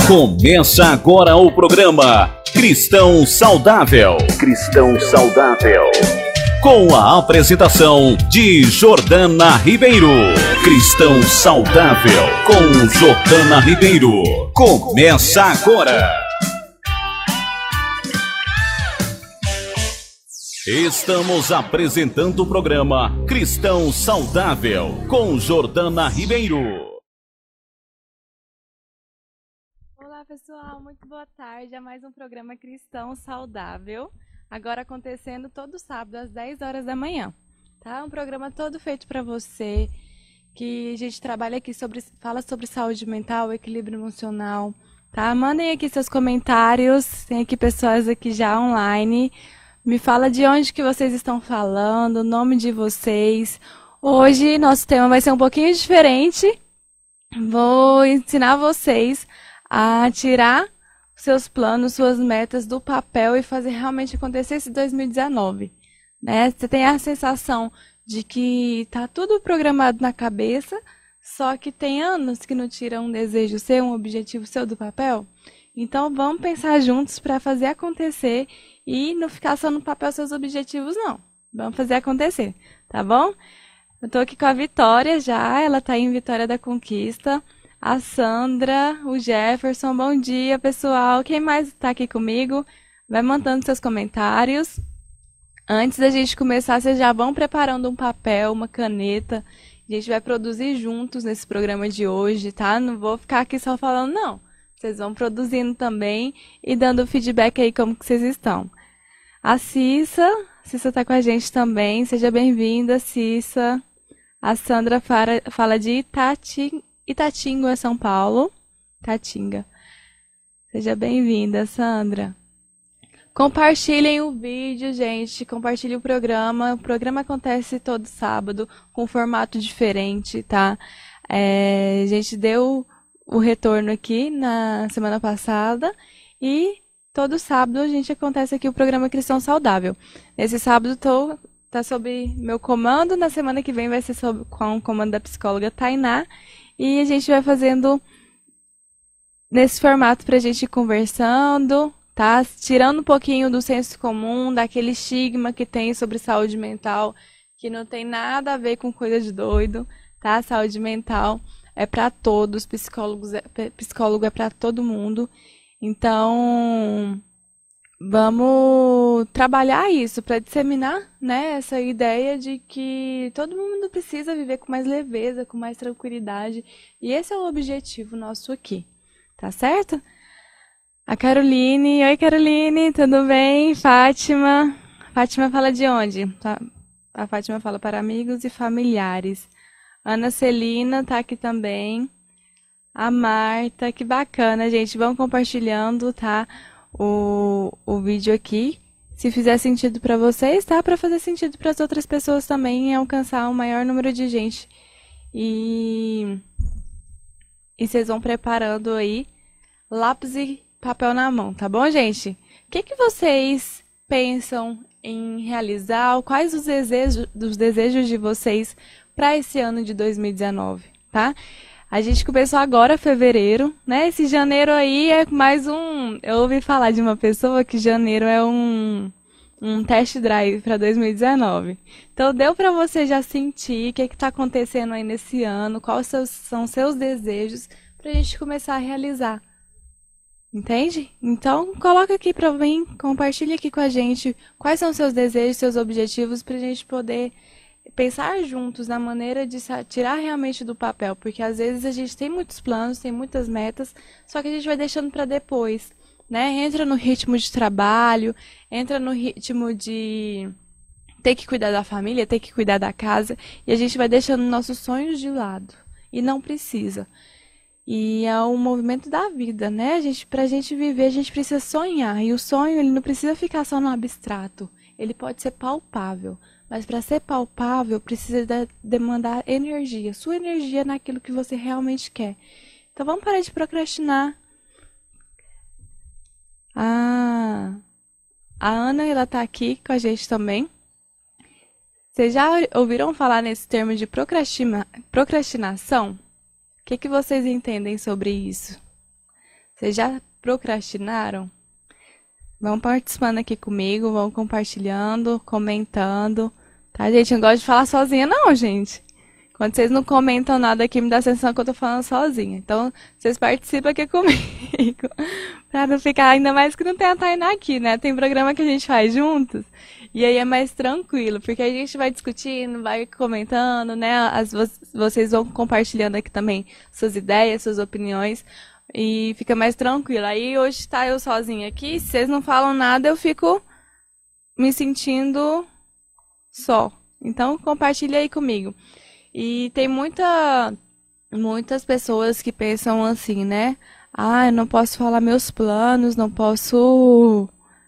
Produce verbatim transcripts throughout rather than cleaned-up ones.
Começa agora o programa Cristão Saudável. Cristão Saudável. Com a apresentação de Jordana Ribeiro. Cristão Saudável com Jordana Ribeiro. Começa agora. Estamos apresentando o programa Cristão Saudável com Jordana Ribeiro. Olá pessoal, muito boa tarde a mais um programa Cristão Saudável, agora acontecendo todo sábado às dez horas da manhã, tá? Um programa todo feito para você, que a gente trabalha aqui sobre, fala sobre saúde mental, equilíbrio emocional, tá? Mandem aqui seus comentários, tem aqui pessoas aqui já online, me fala de onde que vocês estão falando, o nome de vocês. Hoje nosso tema vai ser um pouquinho diferente, vou ensinar vocês a tirar seus planos, suas metas do papel e fazer realmente acontecer esse dois mil e dezenove. Né? Você tem a sensação de que está tudo programado na cabeça, só que tem anos que não tira um desejo seu, um objetivo seu do papel? Então vamos pensar juntos para fazer acontecer e não ficar só no papel seus objetivos, não. Vamos fazer acontecer, tá bom? Eu estou aqui com a Vitória já, ela está em Vitória da Conquista. A Sandra, o Jefferson, bom dia pessoal. Quem mais está aqui comigo? Vai mandando seus comentários. Antes da gente começar, vocês já vão preparando um papel, uma caneta. A gente vai produzir juntos nesse programa de hoje, tá? Não vou ficar aqui só falando, não. Vocês vão produzindo também e dando feedback aí como que vocês estão. A Cissa, a Cissa está com a gente também. Seja bem-vinda, Cissa. A Sandra fala, fala de Itati. Itatinga, São Paulo. Tatinga. Seja bem-vinda, Sandra. Compartilhem o vídeo, gente. Compartilhem o programa. O programa acontece todo sábado, com um formato diferente, tá? É, a gente deu o retorno aqui na semana passada. E todo sábado a gente acontece aqui o programa Cristão Saudável. Nesse sábado tô, tá sob meu comando. Na semana que vem vai ser sob, com o comando da psicóloga Tainá. E a gente vai fazendo nesse formato para a gente ir conversando, tá? Tirando um pouquinho do senso comum, daquele estigma que tem sobre saúde mental, que não tem nada a ver com coisa de doido, tá? Saúde mental é para todos, psicólogos é, psicólogo é para todo mundo. Então, vamos trabalhar isso para disseminar, né, essa ideia de que todo mundo precisa viver com mais leveza, com mais tranquilidade. E esse é o objetivo nosso aqui, tá certo? A Caroline, oi Caroline, tudo bem? Fátima, Fátima fala de onde? A Fátima fala para amigos e familiares. Ana Celina tá aqui também. A Marta, que bacana, gente, vamos compartilhando, tá? O, o vídeo aqui, se fizer sentido para vocês, tá? Para fazer sentido para as outras pessoas também, e alcançar um maior número de gente. E, e vocês vão preparando aí lápis e papel na mão, tá bom, gente? O que, que vocês pensam em realizar? Quais os desejos, os desejos de vocês para esse ano de dois mil e dezenove, tá? A gente começou agora, fevereiro, né? Esse janeiro aí é mais um... Eu ouvi falar de uma pessoa que janeiro é um, um test drive para dois mil e dezenove. Então, deu para você já sentir o que está acontecendo aí nesse ano, quais seus, são seus desejos, para a gente começar a realizar. Entende? Então, coloca aqui para mim, compartilha aqui com a gente quais são seus desejos, seus objetivos, para a gente poder pensar juntos na maneira de tirar realmente do papel, porque às vezes a gente tem muitos planos, tem muitas metas, só que a gente vai deixando para depois, né? Entra no ritmo de trabalho, entra no ritmo de ter que cuidar da família, ter que cuidar da casa, e a gente vai deixando nossos sonhos de lado, e não precisa. E é o movimento da vida, né? A gente, pra gente viver, a gente precisa sonhar, e o sonho ele não precisa ficar só no abstrato, ele pode ser palpável. Mas para ser palpável, precisa de demandar energia, sua energia naquilo que você realmente quer. Então vamos parar de procrastinar. Ah, a Ana, ela está aqui com a gente também. Vocês já ouviram falar nesse termo de procrastina, procrastinação? O que, que vocês entendem sobre isso? Vocês já procrastinaram? Vão participando aqui comigo, vão compartilhando, comentando. Tá, gente? Eu não gosto de falar sozinha, não, gente. Quando vocês não comentam nada aqui, me dá a sensação que eu tô falando sozinha. Então, vocês participam aqui comigo. Pra não ficar, ainda mais que não tem a Tainá aqui, né? Tem programa que a gente faz juntos. E aí é mais tranquilo, porque a gente vai discutindo, vai comentando, né? As, vocês vão compartilhando aqui também suas ideias, suas opiniões. E fica mais tranquilo. Aí hoje tá eu sozinha aqui. Se vocês não falam nada, eu fico me sentindo só. Então, compartilha aí comigo. E tem muita, muitas pessoas que pensam assim, né? Ah, eu não posso falar meus planos, não posso,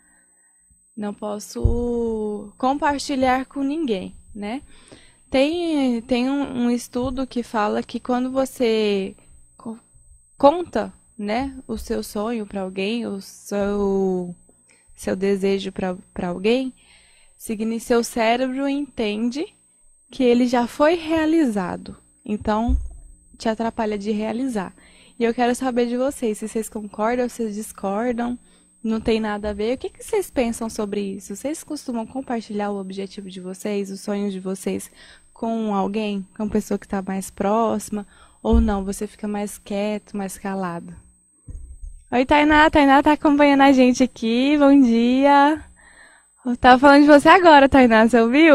não posso compartilhar com ninguém, né? Tem, tem um, um estudo que fala que quando você co- conta, né, o seu sonho para alguém, o seu, seu desejo para para alguém, significa seu cérebro entende que ele já foi realizado. Então, te atrapalha de realizar. E eu quero saber de vocês, se vocês concordam, se vocês discordam, não tem nada a ver. O que, que vocês pensam sobre isso? Vocês costumam compartilhar o objetivo de vocês, os sonhos de vocês com alguém, com uma pessoa que está mais próxima? Ou não, você fica mais quieto, mais calado? Oi, Tainá. Tainá tá acompanhando a gente aqui. Bom dia. Eu tava falando de você agora, Tainá, você ouviu?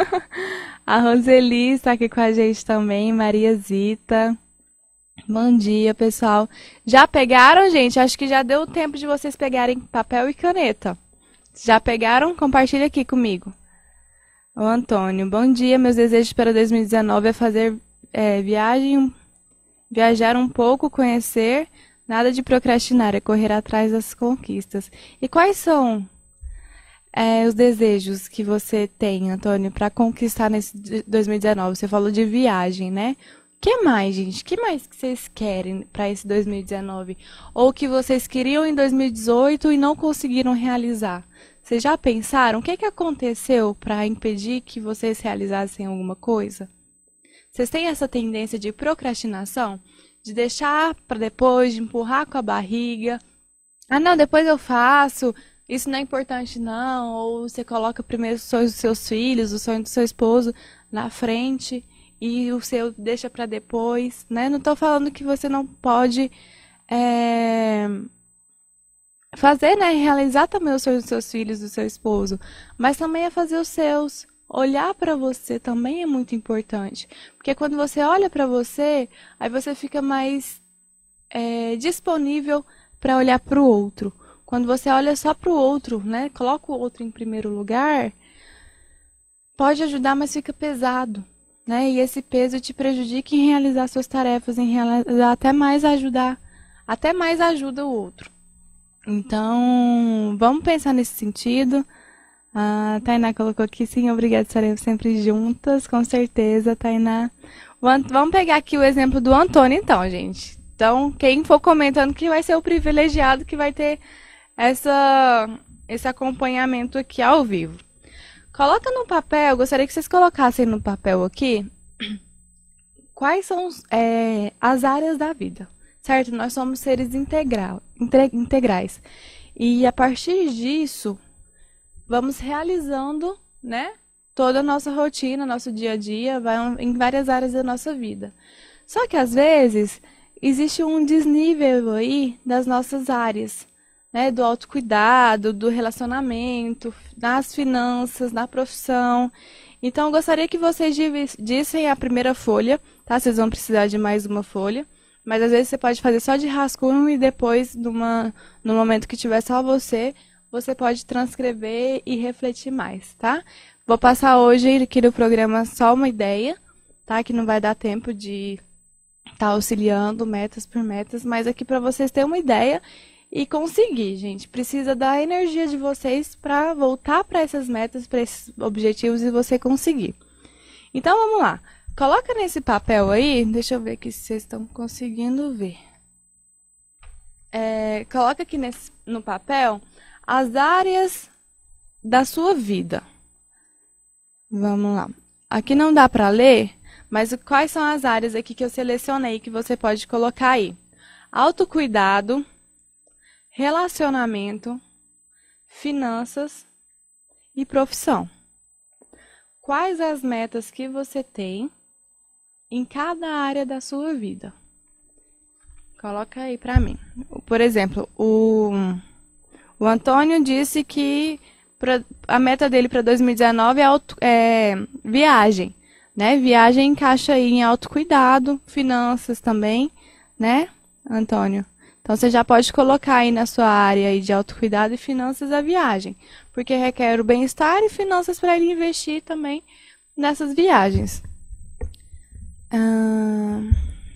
A Roseli está aqui com a gente também, Maria Zita. Bom dia, pessoal. Já pegaram, gente? Acho que já deu tempo de vocês pegarem papel e caneta. Já pegaram? Compartilha aqui comigo. O Antônio, bom dia. Meus desejos para dois mil e dezenove é fazer é, viagem, viajar um pouco, conhecer, nada de procrastinar, é correr atrás das conquistas. E quais são É, os desejos que você tem, Antônio, para conquistar nesse dois mil e dezenove? Você falou de viagem, né? O que mais, gente? O que mais que vocês querem para esse dois mil e dezenove? Ou que vocês queriam em dois mil e dezoito e não conseguiram realizar? Vocês já pensaram? O que, que aconteceu para impedir que vocês realizassem alguma coisa? Vocês têm essa tendência de procrastinação? De deixar para depois, de empurrar com a barriga? Ah, não, depois eu faço. Isso não é importante, não. Ou você coloca primeiro os sonhos dos seus filhos, o sonho do seu esposo na frente e o seu deixa para depois, né? Não estou falando que você não pode é, fazer, né? Realizar também os sonhos dos seus filhos, do seu esposo, mas também é fazer os seus. Olhar para você também é muito importante, porque quando você olha para você, aí você fica mais é, disponível para olhar para o outro. Quando você olha só para o outro, né? Coloca o outro em primeiro lugar, pode ajudar, mas fica pesado, né? E esse peso te prejudica em realizar suas tarefas, em realizar até mais ajudar, até mais ajuda o outro. Então, vamos pensar nesse sentido. A Tainá colocou aqui, sim, obrigada, estaremos sempre juntas, com certeza, Tainá. Vamos pegar aqui o exemplo do Antônio, então, gente. Então, quem for comentando que vai ser o privilegiado que vai ter essa, esse acompanhamento aqui ao vivo. Coloca no papel, gostaria que vocês colocassem no papel aqui quais são é, as áreas da vida, certo? Nós somos seres integral, integrais. E a partir disso, vamos realizando, né, toda a nossa rotina, nosso dia a dia, vai em várias áreas da nossa vida. Só que às vezes existe um desnível aí das nossas áreas, né, do autocuidado, do relacionamento, nas finanças, na profissão. Então, eu gostaria que vocês dissem a primeira folha, tá? Vocês vão precisar de mais uma folha, mas às vezes você pode fazer só de rascunho e depois, numa, no momento que tiver só você, você pode transcrever e refletir mais, tá? Vou passar hoje aqui no programa só uma ideia, tá? Que não vai dar tempo de estar auxiliando metas por metas, mas aqui para vocês terem uma ideia e conseguir, gente. Precisa da energia de vocês para voltar para essas metas, para esses objetivos e você conseguir. Então, vamos lá. Coloca nesse papel aí, deixa eu ver aqui se vocês estão conseguindo ver. É, coloca aqui nesse, no papel as áreas da sua vida. Vamos lá. Aqui não dá para ler, mas quais são as áreas aqui que eu selecionei que você pode colocar aí? Autocuidado, relacionamento, finanças e profissão. Quais as metas que você tem em cada área da sua vida? Coloca aí para mim. Por exemplo, o, o Antônio disse que pra, a meta dele para dois mil e dezenove é, auto, é viagem, né? Viagem encaixa aí em autocuidado, finanças também, né, Antônio? Então, você já pode colocar aí na sua área aí de autocuidado e finanças a viagem, porque requer o bem-estar e finanças para ele investir também nessas viagens. Hum...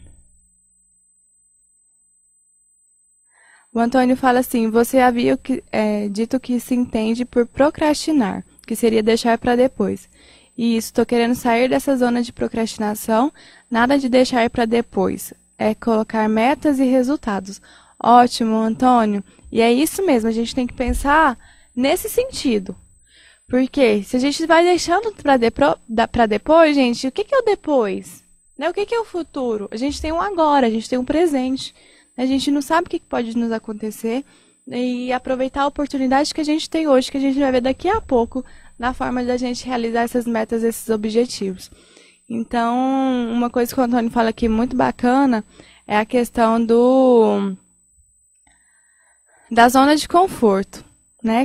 O Antônio fala assim, você havia é, dito que se entende por procrastinar, que seria deixar para depois. E isso, estou querendo sair dessa zona de procrastinação, nada de deixar para depois. É colocar metas e resultados. Ótimo, Antônio. E é isso mesmo, a gente tem que pensar nesse sentido. Porque se a gente vai deixando para de, depois, gente, o que, que é o depois? Né? O que, que é o futuro? A gente tem um agora, a gente tem um presente. A gente não sabe o que pode nos acontecer e aproveitar a oportunidade que a gente tem hoje, que a gente vai ver daqui a pouco, na forma de a gente realizar essas metas, esses objetivos. Então, uma coisa que o Antônio fala aqui muito bacana é a questão do da zona de conforto, né?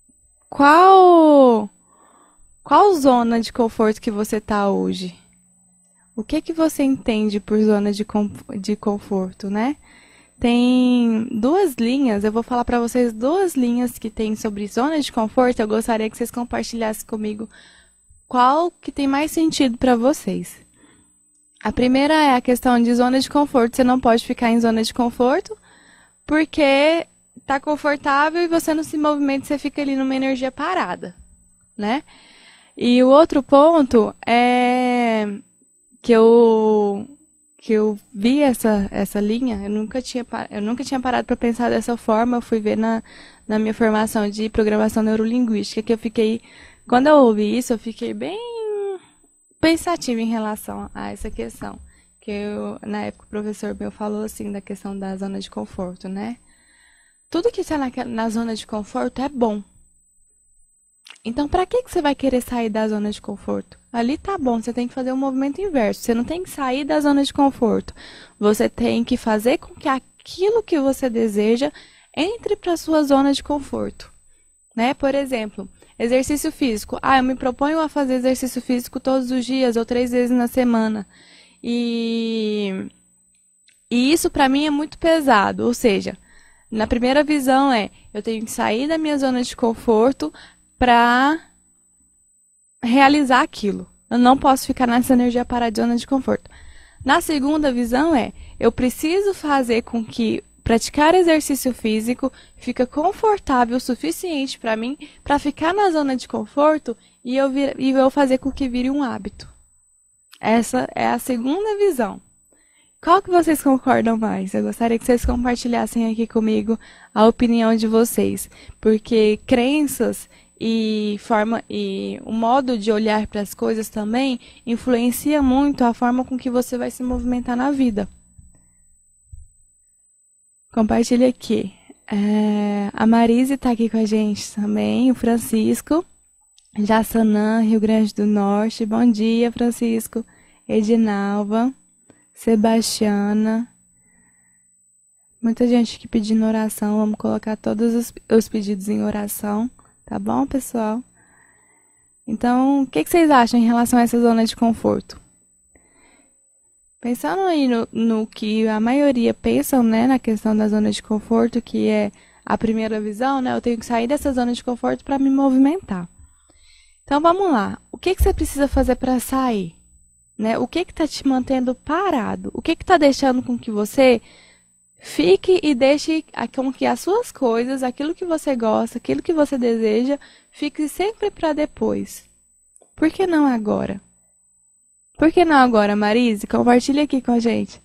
Qual qual zona de conforto que você está hoje? O que que você entende por zona de, de conforto, né? Tem duas linhas, eu vou falar para vocês duas linhas que tem sobre zona de conforto. Eu gostaria que vocês compartilhassem comigo qual que tem mais sentido para vocês. A primeira é a questão de zona de conforto. Você não pode ficar em zona de conforto porque está confortável e você não se movimenta, você fica ali numa energia parada, né? E o outro ponto é que eu... que eu vi essa, essa linha, eu nunca tinha, eu nunca tinha parado para pensar dessa forma. Eu fui ver na, na minha formação de programação neurolinguística, que eu fiquei, quando eu ouvi isso, eu fiquei bem pensativa em relação a essa questão. Que eu, na época o professor meu falou assim, da questão da zona de conforto, né? Tudo que está na, na zona de conforto é bom. Então, para que, que você vai querer sair da zona de conforto? Ali tá bom, você tem que fazer um movimento inverso. Você não tem que sair da zona de conforto. Você tem que fazer com que aquilo que você deseja entre para a sua zona de conforto. Né? Por exemplo, exercício físico. Ah, eu me proponho a fazer exercício físico todos os dias ou três vezes na semana. E, e isso para mim é muito pesado. Ou seja, na primeira visão é, eu tenho que sair da minha zona de conforto para realizar aquilo. Eu não posso ficar nessa energia parada de zona de conforto. Na segunda visão é, eu preciso fazer com que praticar exercício físico fica confortável o suficiente para mim para ficar na zona de conforto e eu, vir, e eu fazer com que vire um hábito. Essa é a segunda visão. Qual que vocês concordam mais? Eu gostaria que vocês compartilhassem aqui comigo a opinião de vocês, porque crenças e forma e o modo de olhar para as coisas também influencia muito a forma com que você vai se movimentar na vida. Compartilha aqui. É, a Marise está aqui com a gente também, o Francisco, Jaçanã, Rio Grande do Norte. Bom dia, Francisco. Edinalva, Sebastiana. Muita gente aqui pedindo oração. Vamos colocar todos os, os pedidos em oração. Tá bom, pessoal? Então, o que, que vocês acham em relação a essa zona de conforto? Pensando aí no, no que a maioria pensam, né, na questão da zona de conforto, que é a primeira visão, né, eu tenho que sair dessa zona de conforto para me movimentar. Então, vamos lá. O que, que você precisa fazer para sair? Né? O que está te mantendo parado? O que está deixando com que você fique e deixe com que as suas coisas, aquilo que você gosta, aquilo que você deseja, fique sempre para depois? Por que não agora? Por que não agora, Marise? Compartilha aqui com a gente.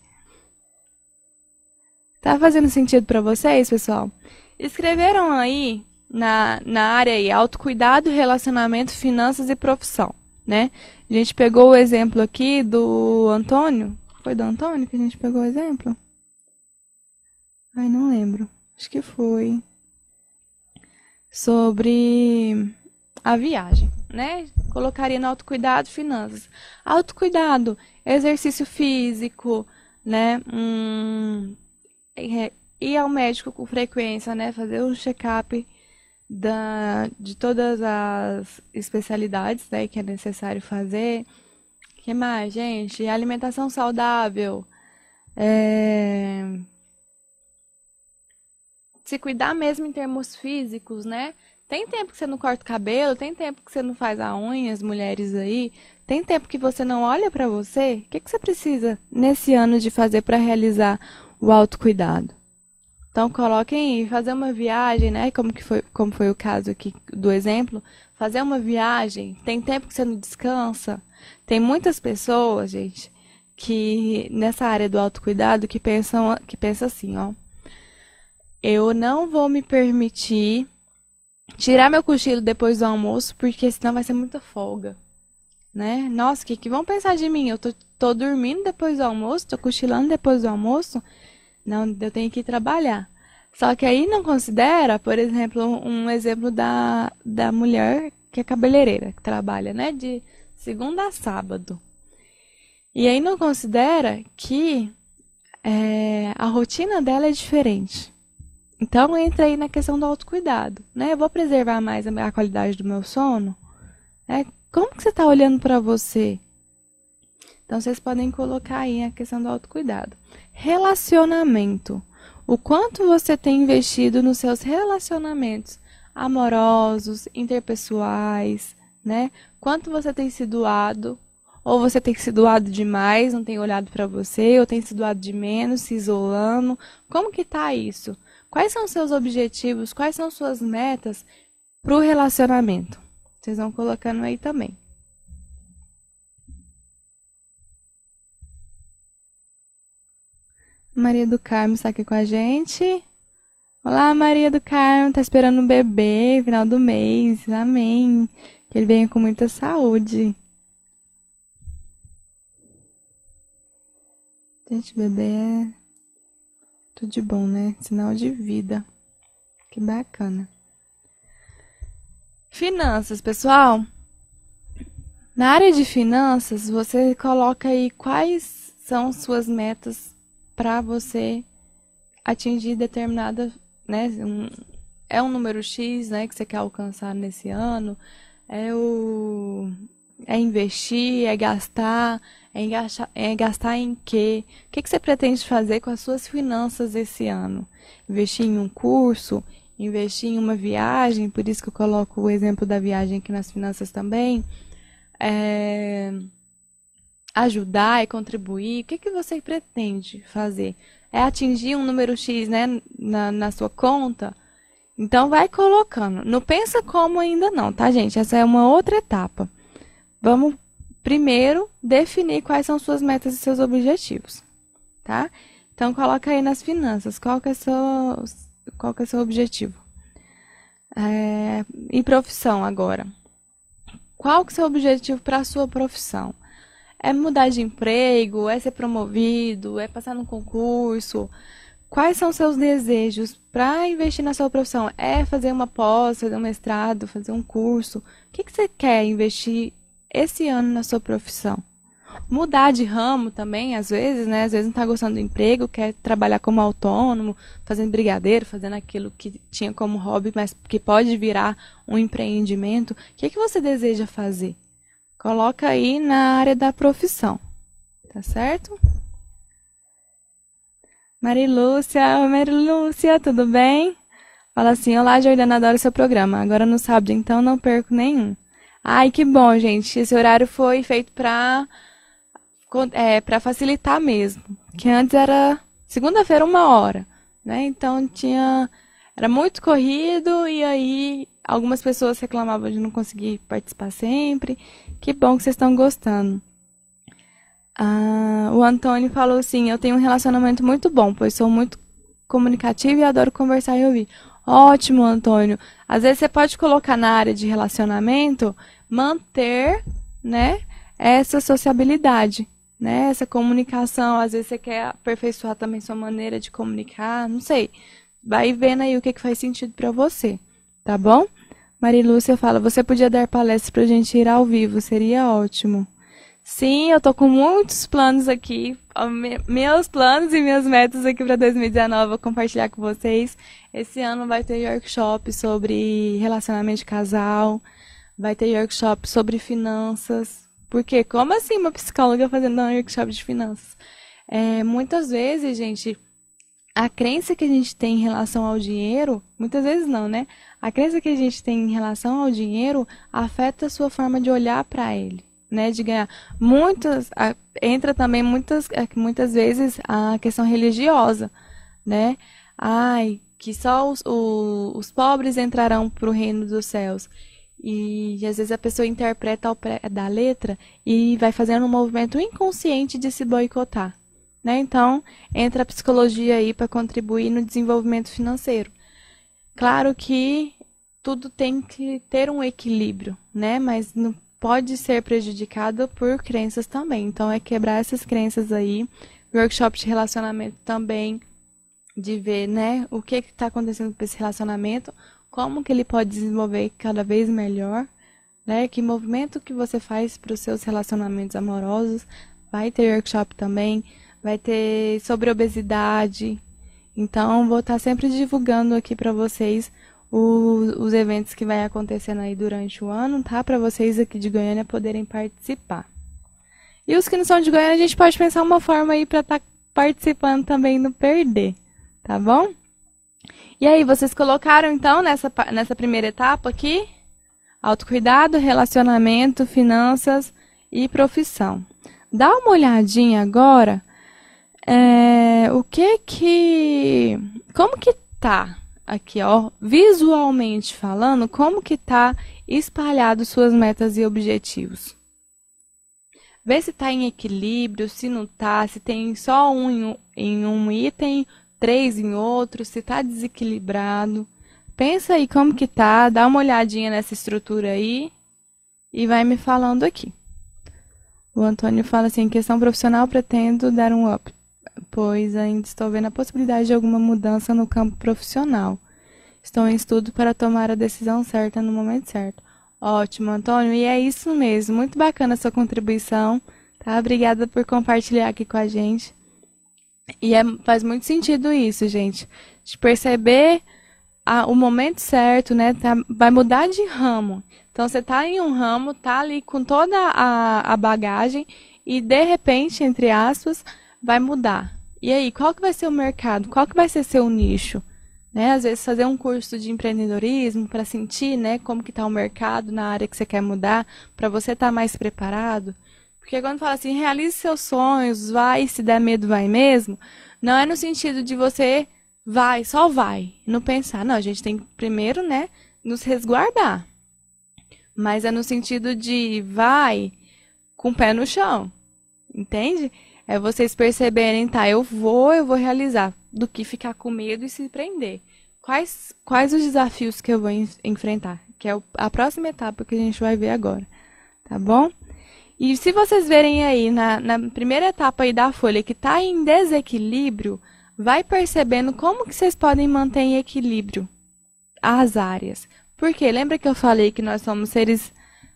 Tá fazendo sentido para vocês, pessoal? Escreveram aí na, na área aí, autocuidado, relacionamento, finanças e profissão, né? A gente pegou o exemplo aqui do Antônio. Foi do Antônio que a gente pegou o exemplo? Ai, não lembro. acho que foi, sobre a viagem, né? Colocaria no autocuidado, finanças. Autocuidado, exercício físico, né? Hum, ir ao médico com frequência, né? Fazer um check-up da, de todas as especialidades, né, que é necessário fazer. O que mais, gente? Alimentação saudável. É... Se cuidar mesmo em termos físicos, né? Tem tempo que você não corta o cabelo, tem tempo que você não faz a unha, as mulheres aí. Tem tempo que você não olha pra você. O que, que você precisa nesse ano de fazer para realizar o autocuidado? Então, coloquem aí, fazer uma viagem, né? Como, que foi, como foi o caso aqui do exemplo. Fazer uma viagem, tem tempo que você não descansa. Tem muitas pessoas, gente, que nessa área do autocuidado, que pensam, que pensam assim, ó. Eu não vou me permitir tirar meu cochilo depois do almoço, porque senão vai ser muita folga, né? Nossa, o que, que vão pensar de mim? Eu tô, tô dormindo depois do almoço, tô cochilando depois do almoço. Não, eu tenho que ir trabalhar. Só que aí não considera, por exemplo, um exemplo da, da mulher que é cabeleireira, que trabalha, né, de segunda a sábado. E aí não considera que é, a rotina dela é diferente. Então entra aí na questão do autocuidado, né? Eu vou preservar mais a, a qualidade do meu sono, né? Como que você está olhando para você? Então, vocês podem colocar aí a questão do autocuidado. Relacionamento. O quanto você tem investido nos seus relacionamentos amorosos, interpessoais, né? Quanto você tem se doado, ou você tem se doado demais, não tem olhado para você, ou tem se doado de menos, se isolando. Como que tá isso? Quais são os seus objetivos? Quais são suas metas para o relacionamento? Vocês vão colocando aí também. Maria do Carmo está aqui com a gente. Olá, Maria do Carmo. Tá esperando um bebê, final do mês. Amém. Que ele venha com muita saúde. Gente, bebê é tudo de bom, né? Sinal de vida. Que bacana. Finanças, pessoal. Na área de finanças, você coloca aí quais são suas metas para você atingir determinada, né, um, é um número X, né, que você quer alcançar nesse ano, é o é investir, é gastar, é, engastar, é gastar em quê? O que, que você pretende fazer com as suas finanças esse ano? Investir em um curso, investir em uma viagem, por isso que eu coloco o exemplo da viagem aqui nas finanças também. É, ajudar e contribuir, o que, que você pretende fazer? É atingir um número X, né, na, na sua conta? Então, vai colocando. Não pensa como ainda não, tá, gente? Essa é uma outra etapa. Vamos primeiro definir quais são suas metas e seus objetivos, tá? Então, coloca aí nas finanças. Qual que é seu, qual que é seu objetivo? É, em profissão agora. Qual que é o seu objetivo para a sua profissão? É mudar de emprego? É ser promovido? É passar num concurso? Quais são seus desejos para investir na sua profissão? É fazer uma pós, fazer um mestrado, fazer um curso? O que, que você quer investir esse ano na sua profissão? Mudar de ramo também, às vezes, né? Às vezes não está gostando do emprego, quer trabalhar como autônomo, fazendo brigadeiro, fazendo aquilo que tinha como hobby, mas que pode virar um empreendimento. O que, que você deseja fazer? Coloca aí na área da profissão, tá certo? Marilúcia, Marilúcia, tudo bem? Fala assim, olá, Jordana, adoro seu programa. Agora no sábado, então, não perco nenhum. Ai, que bom, gente. Esse horário foi feito para é, para facilitar mesmo. Que antes era segunda-feira, uma hora, né? Então tinha era muito corrido e aí algumas pessoas reclamavam de não conseguir participar sempre. Que bom que vocês estão gostando. Ah, o Antônio falou assim, eu tenho um relacionamento muito bom, pois sou muito comunicativo e adoro conversar e ouvir. Ótimo, Antônio. Às vezes você pode colocar na área de relacionamento, manter, né, essa sociabilidade, né, essa comunicação. Às vezes você quer aperfeiçoar também sua maneira de comunicar, não sei. vai vendo aí o que, que faz sentido para você, tá bom? Marilúcia fala, você podia dar palestra pra gente ir ao vivo, seria ótimo. Sim, eu tô com muitos planos aqui, meus planos e minhas metas aqui para dois mil e dezenove, vou compartilhar com vocês. Esse ano vai ter workshop sobre relacionamento de casal, vai ter workshop sobre finanças. Porque, como assim uma psicóloga fazendo um workshop de finanças? É, muitas vezes, gente, a crença que a gente tem em relação ao dinheiro, muitas vezes não, né? A crença que a gente tem em relação ao dinheiro afeta a sua forma de olhar para ele, né? De ganhar. Muitas, a, entra também muitas, muitas vezes a questão religiosa, né? Ai, que só os, o, os pobres entrarão para o reino dos céus. E, e às vezes a pessoa interpreta ao pé da letra e vai fazendo um movimento inconsciente de se boicotar, né? Então, entra a psicologia aí para contribuir no desenvolvimento financeiro. Claro que tudo tem que ter um equilíbrio, né? Mas não pode ser prejudicado por crenças também. Então, é quebrar essas crenças aí. Workshop de relacionamento também, de ver, né, o que está acontecendo com esse relacionamento, como que ele pode desenvolver cada vez melhor, né? Que movimento que você faz para os seus relacionamentos amorosos. Vai ter workshop também, vai ter sobre obesidade. Então, vou estar sempre divulgando aqui para vocês os, os eventos que vai acontecendo aí durante o ano, tá? Para vocês aqui de Goiânia poderem participar. E os que não são de Goiânia, a gente pode pensar uma forma aí para estar tá participando também e não perder, tá bom? E aí, vocês colocaram então nessa, nessa primeira etapa aqui, autocuidado, relacionamento, finanças e profissão. Dá uma olhadinha agora, é, o que que, como que tá aqui, ó, visualmente falando, como que tá espalhado suas metas e objetivos. Vê se tá em equilíbrio, se não tá, se tem só um em, em um item, três em outro, se tá desequilibrado. Pensa aí como que tá, dá uma olhadinha nessa estrutura aí e vai me falando aqui. O Antônio fala assim, em questão profissional pretendo dar um up, pois ainda estou vendo a possibilidade de alguma mudança no campo profissional. Estou em estudo para tomar a decisão certa no momento certo. Ótimo, Antônio, e é isso mesmo. Muito bacana a sua contribuição, tá? Obrigada por compartilhar aqui com a gente. E é, faz muito sentido isso, gente. De perceber a, o momento certo, né? Tá, vai mudar de ramo. Então, você tá em um ramo, tá ali com toda a, a bagagem e, de repente, entre aspas, vai mudar. E aí, qual que vai ser o mercado? Qual que vai ser seu nicho? Né? Às vezes, fazer um curso de empreendedorismo para sentir, né, como que está o mercado na área que você quer mudar, para você estar tá mais preparado. Porque quando fala assim, realize seus sonhos, vai, se der medo, vai mesmo, não é no sentido de você vai, só vai, não pensar. Não, a gente tem que primeiro, né, nos resguardar. Mas é no sentido de vai com o pé no chão, entende? É vocês perceberem, tá, eu vou, eu vou realizar, do que ficar com medo e se prender. Quais, quais os desafios que eu vou en enfrentar? Que é o, a próxima etapa que a gente vai ver agora, tá bom? E se vocês verem aí, na, na primeira etapa aí da folha, que está em desequilíbrio, vai percebendo como que vocês podem manter em equilíbrio as áreas. Porque lembra que eu falei que nós somos seres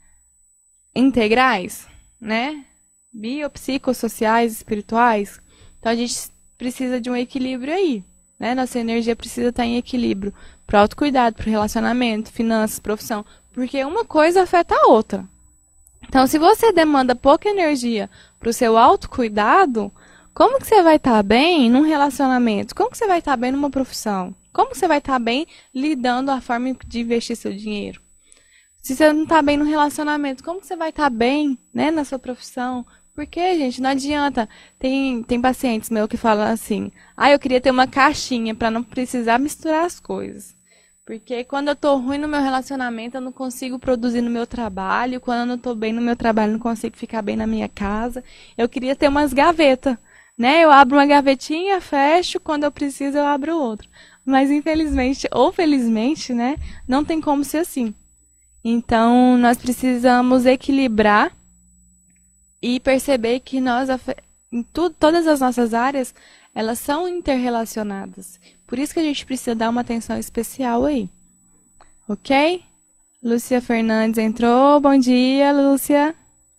integrais, né? Biopsicossociais, espirituais. Então, a gente precisa de um equilíbrio aí, né? Nossa energia precisa estar em equilíbrio para o autocuidado, para o relacionamento, finanças, profissão. Porque uma coisa afeta a outra. Então, se você demanda pouca energia para o seu autocuidado, como que você vai estar bem num relacionamento? Como que você vai estar bem numa profissão? Como que você vai estar bem lidando a forma de investir seu dinheiro? Se você não está bem no relacionamento, como que você vai estar bem, né, na sua profissão? Porque, gente, não adianta. Tem, tem pacientes meus que falam assim, ah, eu queria ter uma caixinha para não precisar misturar as coisas. Porque quando eu estou ruim no meu relacionamento, eu não consigo produzir no meu trabalho. Quando eu não estou bem no meu trabalho, eu não consigo ficar bem na minha casa. Eu queria ter umas gavetas, né? Eu abro uma gavetinha, fecho, quando eu preciso eu abro outra. Mas infelizmente, ou felizmente, né, não tem como ser assim. Então, nós precisamos equilibrar e perceber que nós, em tudo, todas as nossas áreas, elas são interrelacionadas. Por isso que a gente precisa dar uma atenção especial aí. Ok? Lúcia Fernandes entrou. Bom dia, Lúcia.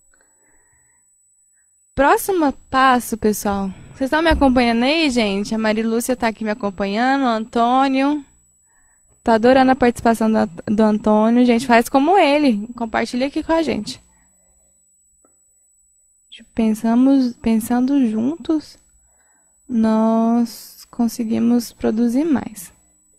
Próximo passo, pessoal. Vocês estão me acompanhando aí, gente? A Marilúcia está aqui me acompanhando. O Antônio. Tá adorando a participação do, do Antônio. Gente, faz como ele. Compartilha aqui com a gente. Pensamos, pensando juntos, nós conseguimos produzir mais.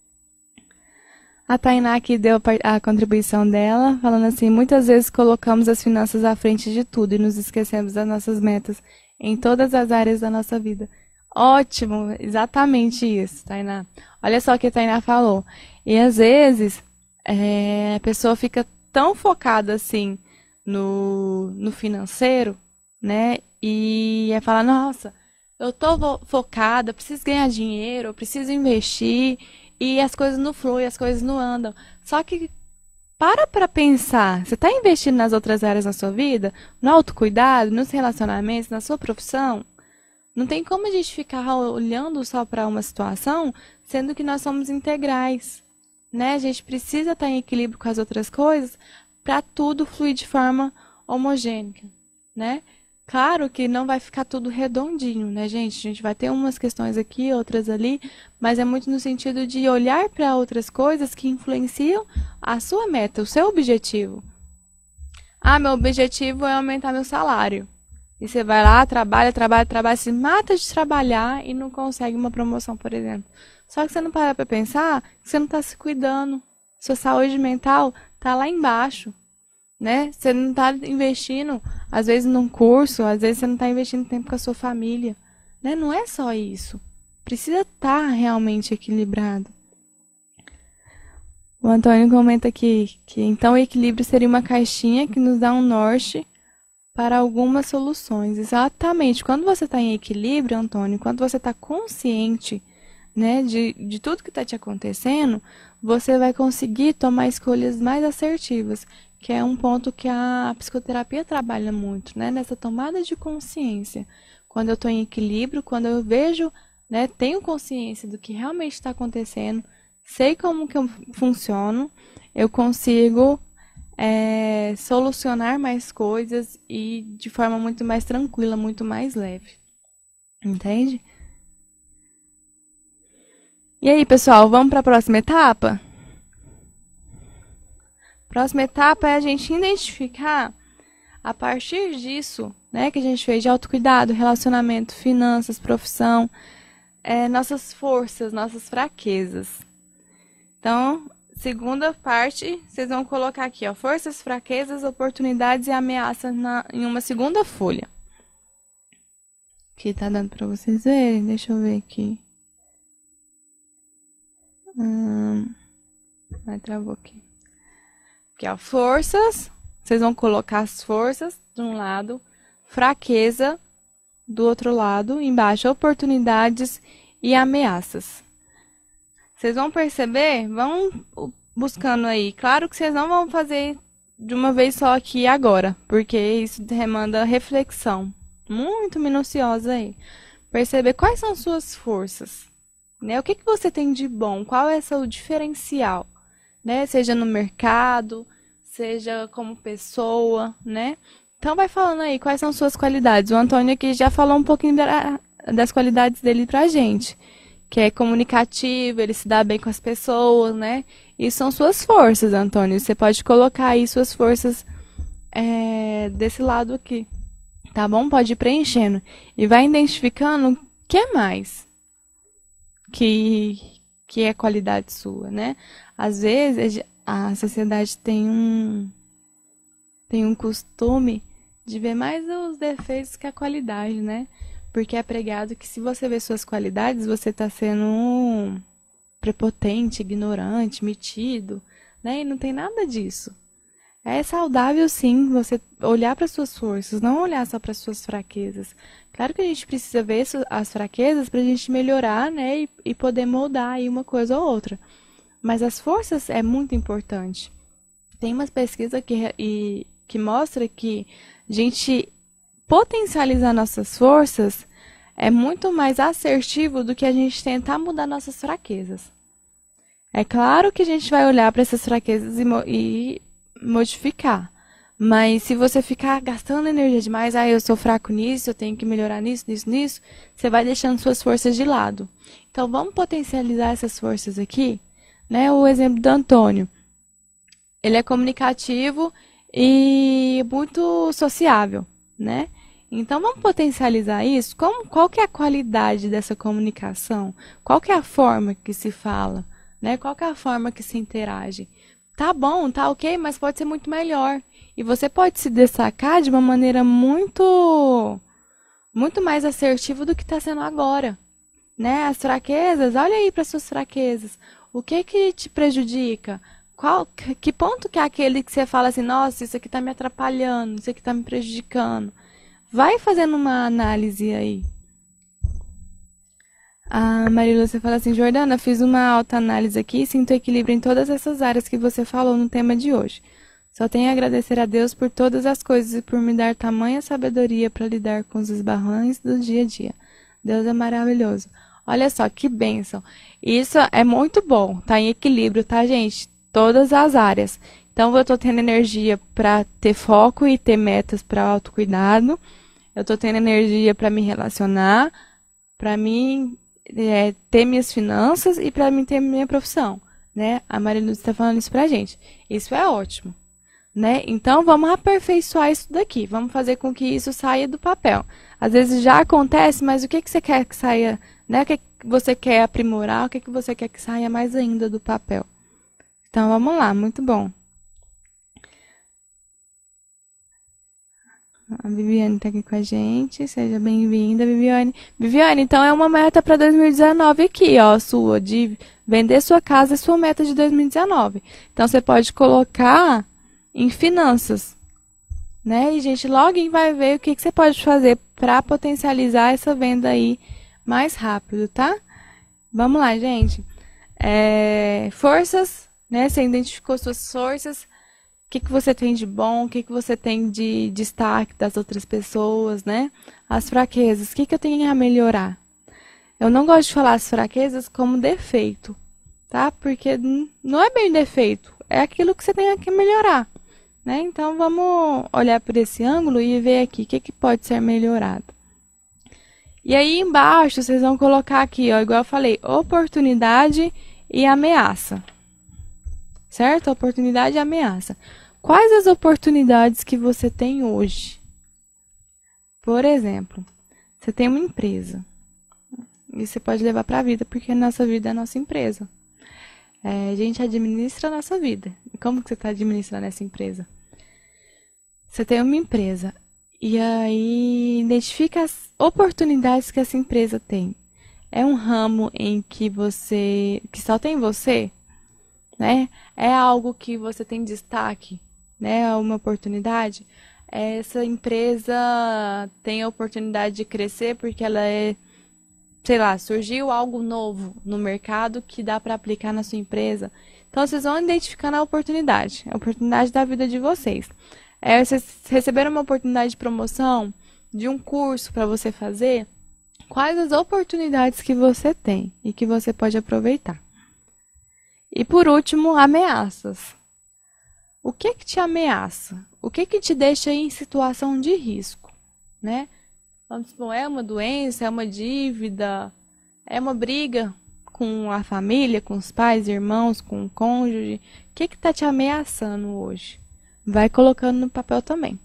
A Tainá aqui deu a contribuição dela, falando assim: muitas vezes colocamos as finanças à frente de tudo e nos esquecemos das nossas metas em todas as áreas da nossa vida. Ótimo, exatamente isso, Tainá. Olha só o que a Tainá falou. E às vezes é, a pessoa fica tão focada assim no, no financeiro, né? E é falar: nossa, eu tô focada, preciso ganhar dinheiro, eu preciso investir, e as coisas não fluem, as coisas não andam. Só que para para pensar, você está investindo nas outras áreas da sua vida, no autocuidado, nos relacionamentos, na sua profissão? Não tem como a gente ficar olhando só para uma situação, sendo que nós somos integrais, né? A gente precisa estar em equilíbrio com as outras coisas para tudo fluir de forma homogênea, né? Claro que não vai ficar tudo redondinho, né, gente? A gente vai ter umas questões aqui, outras ali, mas é muito no sentido de olhar para outras coisas que influenciam a sua meta, o seu objetivo. Ah, meu objetivo é aumentar meu salário. E você vai lá, trabalha, trabalha, trabalha, se mata de trabalhar e não consegue uma promoção, por exemplo. Só que você não para para pensar que você não está se cuidando. Sua saúde mental está lá embaixo, né? Você não está investindo, às vezes, num curso, às vezes você não está investindo tempo com a sua família, né? Não é só isso. Precisa estar realmente equilibrado. O Antônio comenta aqui que, então, o equilíbrio seria uma caixinha que nos dá um norte para algumas soluções. Exatamente. Quando você está em equilíbrio, Antônio, quando você está consciente, né, de, de tudo que está te acontecendo, você vai conseguir tomar escolhas mais assertivas, que é um ponto que a psicoterapia trabalha muito, né, nessa tomada de consciência. Quando eu estou em equilíbrio, quando eu vejo, né, tenho consciência do que realmente está acontecendo, sei como que eu funciono, eu consigo É, solucionar mais coisas e de forma muito mais tranquila, muito mais leve. Entende? E aí, pessoal, vamos para a próxima etapa? Próxima etapa é a gente identificar, a partir disso, né, que a gente fez de autocuidado, relacionamento, finanças, profissão, é, nossas forças, nossas fraquezas. Então, segunda parte, vocês vão colocar aqui, ó, forças, fraquezas, oportunidades e ameaças na, em uma segunda folha. Aqui tá dando para vocês verem, deixa eu ver aqui. Hum, vai, travou aqui. Aqui, ó, forças, vocês vão colocar as forças de um lado, fraqueza do outro lado, embaixo, oportunidades e ameaças. Vocês vão perceber, vão buscando aí. Claro que vocês não vão fazer de uma vez só aqui e agora, porque isso demanda reflexão muito minuciosa aí. Perceber quais são suas forças, né? O que que você tem de bom? Qual é o seu diferencial, né? Seja no mercado, seja como pessoa, né? Então vai falando aí quais são suas qualidades. O Antônio aqui já falou um pouquinho da, das qualidades dele pra gente, que é comunicativo, ele se dá bem com as pessoas, né? E são suas forças, Antônio. Você pode colocar aí suas forças é, desse lado aqui, tá bom? Pode ir preenchendo. E vai identificando o que é mais que, que é qualidade sua, né? Às vezes, a sociedade tem um, tem um costume de ver mais os defeitos que a qualidade, né? Porque é pregado que se você vê suas qualidades, você está sendo um prepotente, ignorante, metido, né? E não tem nada disso. É saudável, sim, você olhar para suas forças, não olhar só para suas fraquezas. Claro que a gente precisa ver as fraquezas para a gente melhorar, né? E, e poder moldar aí uma coisa ou outra. Mas as forças é muito importante. Tem umas pesquisas que, e, que mostra que a gente potencializar nossas forças é muito mais assertivo do que a gente tentar mudar nossas fraquezas. É claro que a gente vai olhar para essas fraquezas e, mo e modificar. Mas se você ficar gastando energia demais, ah, eu sou fraco nisso, eu tenho que melhorar nisso, nisso, nisso, você vai deixando suas forças de lado. Então vamos potencializar essas forças aqui, né? O exemplo do Antônio. Ele é comunicativo e muito sociável, né? Então vamos potencializar isso. Como, qual que é a qualidade dessa comunicação? Qual que é a forma que se fala? Né? Qual que é a forma que se interage? Tá bom, tá ok, mas pode ser muito melhor. E você pode se destacar de uma maneira muito, muito mais assertiva do que está sendo agora. Né? As fraquezas, olha aí para suas fraquezas. O que que te prejudica? Qual, que ponto que é aquele que você fala assim, nossa, isso aqui está me atrapalhando, isso aqui está me prejudicando? Vai fazendo uma análise aí. A Marília, você fala assim, Jordana, fiz uma autoanálise aqui e sinto equilíbrio em todas essas áreas que você falou no tema de hoje. Só tenho a agradecer a Deus por todas as coisas e por me dar tamanha sabedoria para lidar com os esbarrões do dia a dia. Deus é maravilhoso. Olha só, que bênção. Isso é muito bom, tá em equilíbrio, tá, gente? Todas as áreas. Então, eu estou tendo energia para ter foco e ter metas para autocuidado. Eu estou tendo energia para me relacionar, para mim é, ter minhas finanças e para mim ter minha profissão. Né? A Maria Lúcia está falando isso para a gente. Isso é ótimo. Né? Então, vamos aperfeiçoar isso daqui. Vamos fazer com que isso saia do papel. Às vezes já acontece, mas o que, que você quer que saia? Né? O que, que você quer aprimorar? O que, que você quer que saia mais ainda do papel? Então, vamos lá. Muito bom. A Viviane está aqui com a gente. Seja bem-vinda, Viviane. Viviane, então é uma meta para dois mil e dezenove aqui, ó, sua, de vender sua casa, é sua meta de dois mil e dezenove. Então, você pode colocar em finanças, né? E, gente, login vai ver o que, que você pode fazer para potencializar essa venda aí mais rápido, tá? Vamos lá, gente. É, forças, né? Você identificou suas forças. O que, que você tem de bom, o que, que você tem de destaque das outras pessoas, né? As fraquezas, o que, que eu tenho a melhorar? Eu não gosto de falar as fraquezas como defeito, tá? Porque não é bem defeito, é aquilo que você tem que melhorar, né? Então, vamos olhar por esse ângulo e ver aqui o que, que pode ser melhorado. E aí, embaixo, vocês vão colocar aqui, ó, igual eu falei, oportunidade e ameaça. Certo? Oportunidade e ameaça. Quais as oportunidades que você tem hoje? Por exemplo, você tem uma empresa. E você pode levar para a vida, porque a nossa vida é a nossa empresa. É, a gente administra a nossa vida. E como que você está administrando essa empresa? Você tem uma empresa. E aí, identifica as oportunidades que essa empresa tem. É um ramo em que você, que só tem você? Né? É algo que você tem destaque, né? É uma oportunidade. Essa empresa tem a oportunidade de crescer porque ela é, sei lá, surgiu algo novo no mercado que dá para aplicar na sua empresa. Então, vocês vão identificando a oportunidade, a oportunidade da vida de vocês. É, vocês receberam uma oportunidade de promoção, de um curso para você fazer, quais as oportunidades que você tem e que você pode aproveitar. E por último, ameaças. O que que te ameaça? O que que te deixa em situação de risco, né? Vamos supor, é uma doença, é uma dívida, é uma briga com a família, com os pais, irmãos, com o cônjuge. O que que está te ameaçando hoje? Vai colocando no papel também.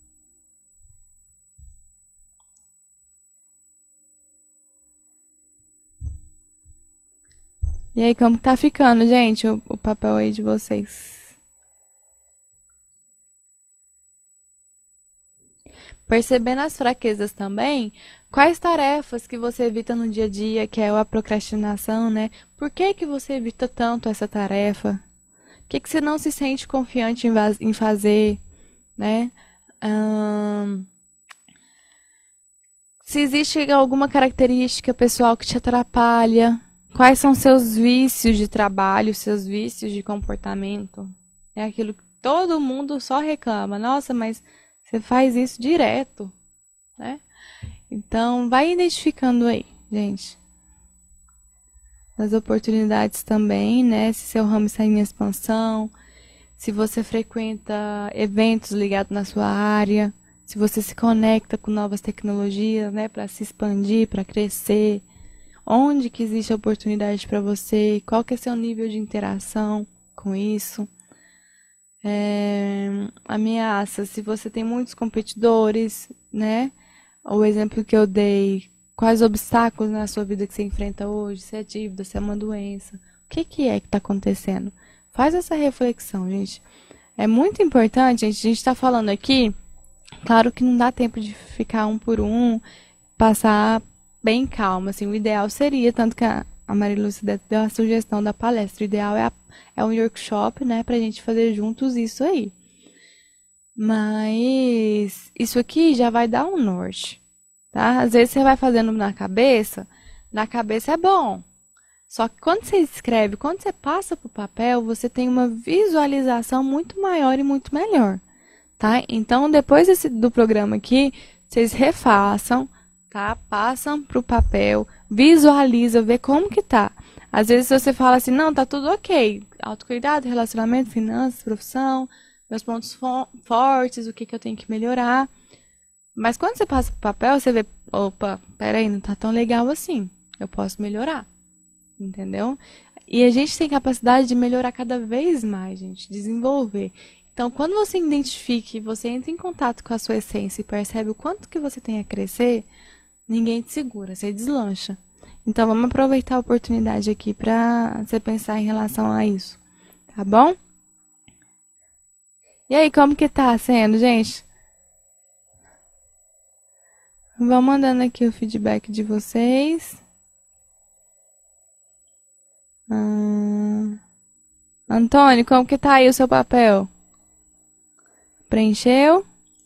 E aí, como tá ficando, gente, o, o papel aí de vocês? Percebendo as fraquezas também, quais tarefas que você evita no dia a dia, que é a procrastinação, né? Por que que você evita tanto essa tarefa? O que que você não se sente confiante em, em fazer, né? Hum, se existe alguma característica pessoal que te atrapalha, quais são seus vícios de trabalho, seus vícios de comportamento? É aquilo que todo mundo só reclama. Nossa, mas você faz isso direto, né? Então, vai identificando aí, gente. As oportunidades também, né? Se seu ramo está em expansão, se você frequenta eventos ligados na sua área, se você se conecta com novas tecnologias, né? Para se expandir, para crescer. Onde que existe oportunidade para você? Qual que é seu nível de interação com isso? É, ameaça, se você tem muitos competidores, né? O exemplo que eu dei, quais obstáculos na sua vida que você enfrenta hoje? Se é dívida, se é uma doença. O que, que é que está acontecendo? Faz essa reflexão, gente. É muito importante, gente. A gente está falando aqui, claro que não dá tempo de ficar um por um, passar bem calma. Assim, o ideal seria, tanto que a, a Maria Lúcia deu a sugestão da palestra, o ideal é, a, é um workshop, né, pra gente fazer juntos isso aí. Mas isso aqui já vai dar um norte, tá? Às vezes você vai fazendo na cabeça, na cabeça é bom. Só que quando você escreve, quando você passa para o papel, você tem uma visualização muito maior e muito melhor, tá? Então, depois desse, do programa aqui, vocês refaçam, tá? Passam para o papel, visualiza, vê como que tá. Às vezes você fala assim, não, tá tudo ok. Autocuidado, relacionamento, finanças, profissão, meus pontos fo fortes, o que, que eu tenho que melhorar. Mas quando você passa para o papel, você vê, opa, peraí, não tá tão legal assim. Eu posso melhorar. Entendeu? E a gente tem capacidade de melhorar cada vez mais, gente, desenvolver. Então, quando você identifica e você entra em contato com a sua essência e percebe o quanto que você tem a crescer, ninguém te segura, você deslancha. Então, vamos aproveitar a oportunidade aqui para você pensar em relação a isso, tá bom? E aí, como que tá sendo, gente? Vão mandando aqui o feedback de vocês. Hum... Antônio, como que tá aí o seu papel? Preencheu?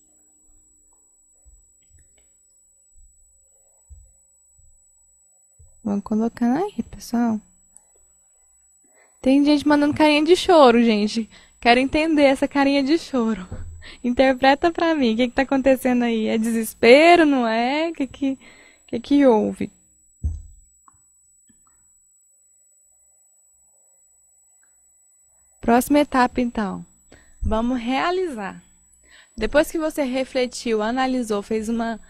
Vamos colocando aí, pessoal. Tem gente mandando carinha de choro, gente. Quero entender essa carinha de choro. Interpreta pra mim. O que que tá acontecendo aí? É desespero, não é? O que que, que que houve? Próxima etapa, então. Vamos realizar. Depois que você refletiu, analisou, fez uma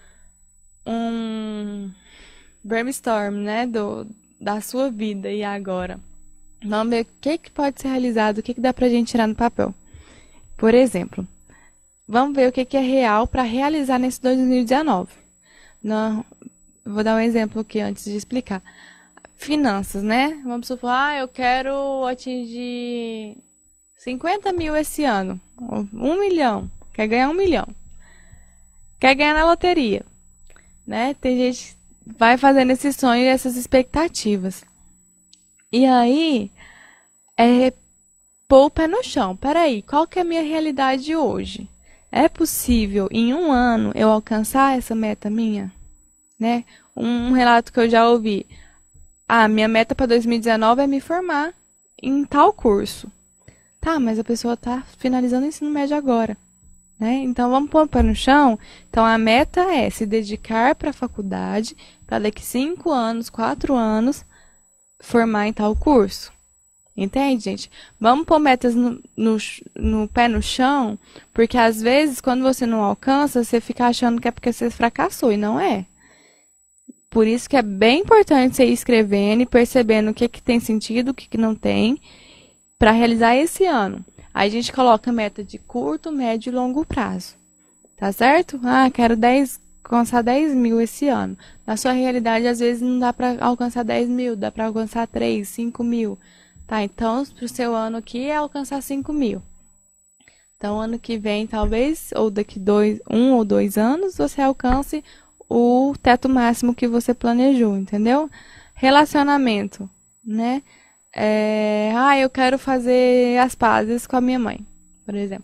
um brainstorm, né, do, da sua vida e agora. Vamos ver o que, que pode ser realizado, o que, que dá pra gente tirar no papel. Por exemplo, vamos ver o que, que é real para realizar nesse dois mil e dezenove. Não, vou dar um exemplo aqui antes de explicar. Finanças, né? Vamos supor, ah, eu quero atingir cinquenta mil esse ano. Um milhão. Quer ganhar um milhão. Quer ganhar na loteria. Né? Tem gente que vai fazendo esse sonho e essas expectativas. E aí, é pôr o pé no chão. Peraí, qual que é a minha realidade hoje? É possível, em um ano, eu alcançar essa meta minha? Né? Um relato que eu já ouvi. Ah, minha meta para dois mil e dezenove é me formar em tal curso. Tá, mas a pessoa está finalizando o ensino médio agora. Né? Então, vamos pôr o pé no chão. Então, a meta é se dedicar para a faculdade, para daqui cinco anos, quatro anos, formar em tal curso. Entende, gente? Vamos pôr metas no, no, no pé no chão, porque às vezes, quando você não alcança, você fica achando que é porque você fracassou, e não é. Por isso que é bem importante você ir escrevendo e percebendo o que, que tem sentido, o que, que não tem, para realizar esse ano. Aí a gente coloca meta de curto, médio e longo prazo. Tá certo? Ah, quero dez, alcançar dez mil esse ano. Na sua realidade, às vezes não dá para alcançar dez mil, dá para alcançar três, cinco mil. Tá, então, para o seu ano aqui é alcançar cinco mil. Então, ano que vem, talvez, ou daqui dois, um ou dois anos, você alcance o teto máximo que você planejou, entendeu? Relacionamento, né? É, ah, eu quero fazer as pazes com a minha mãe, por exemplo.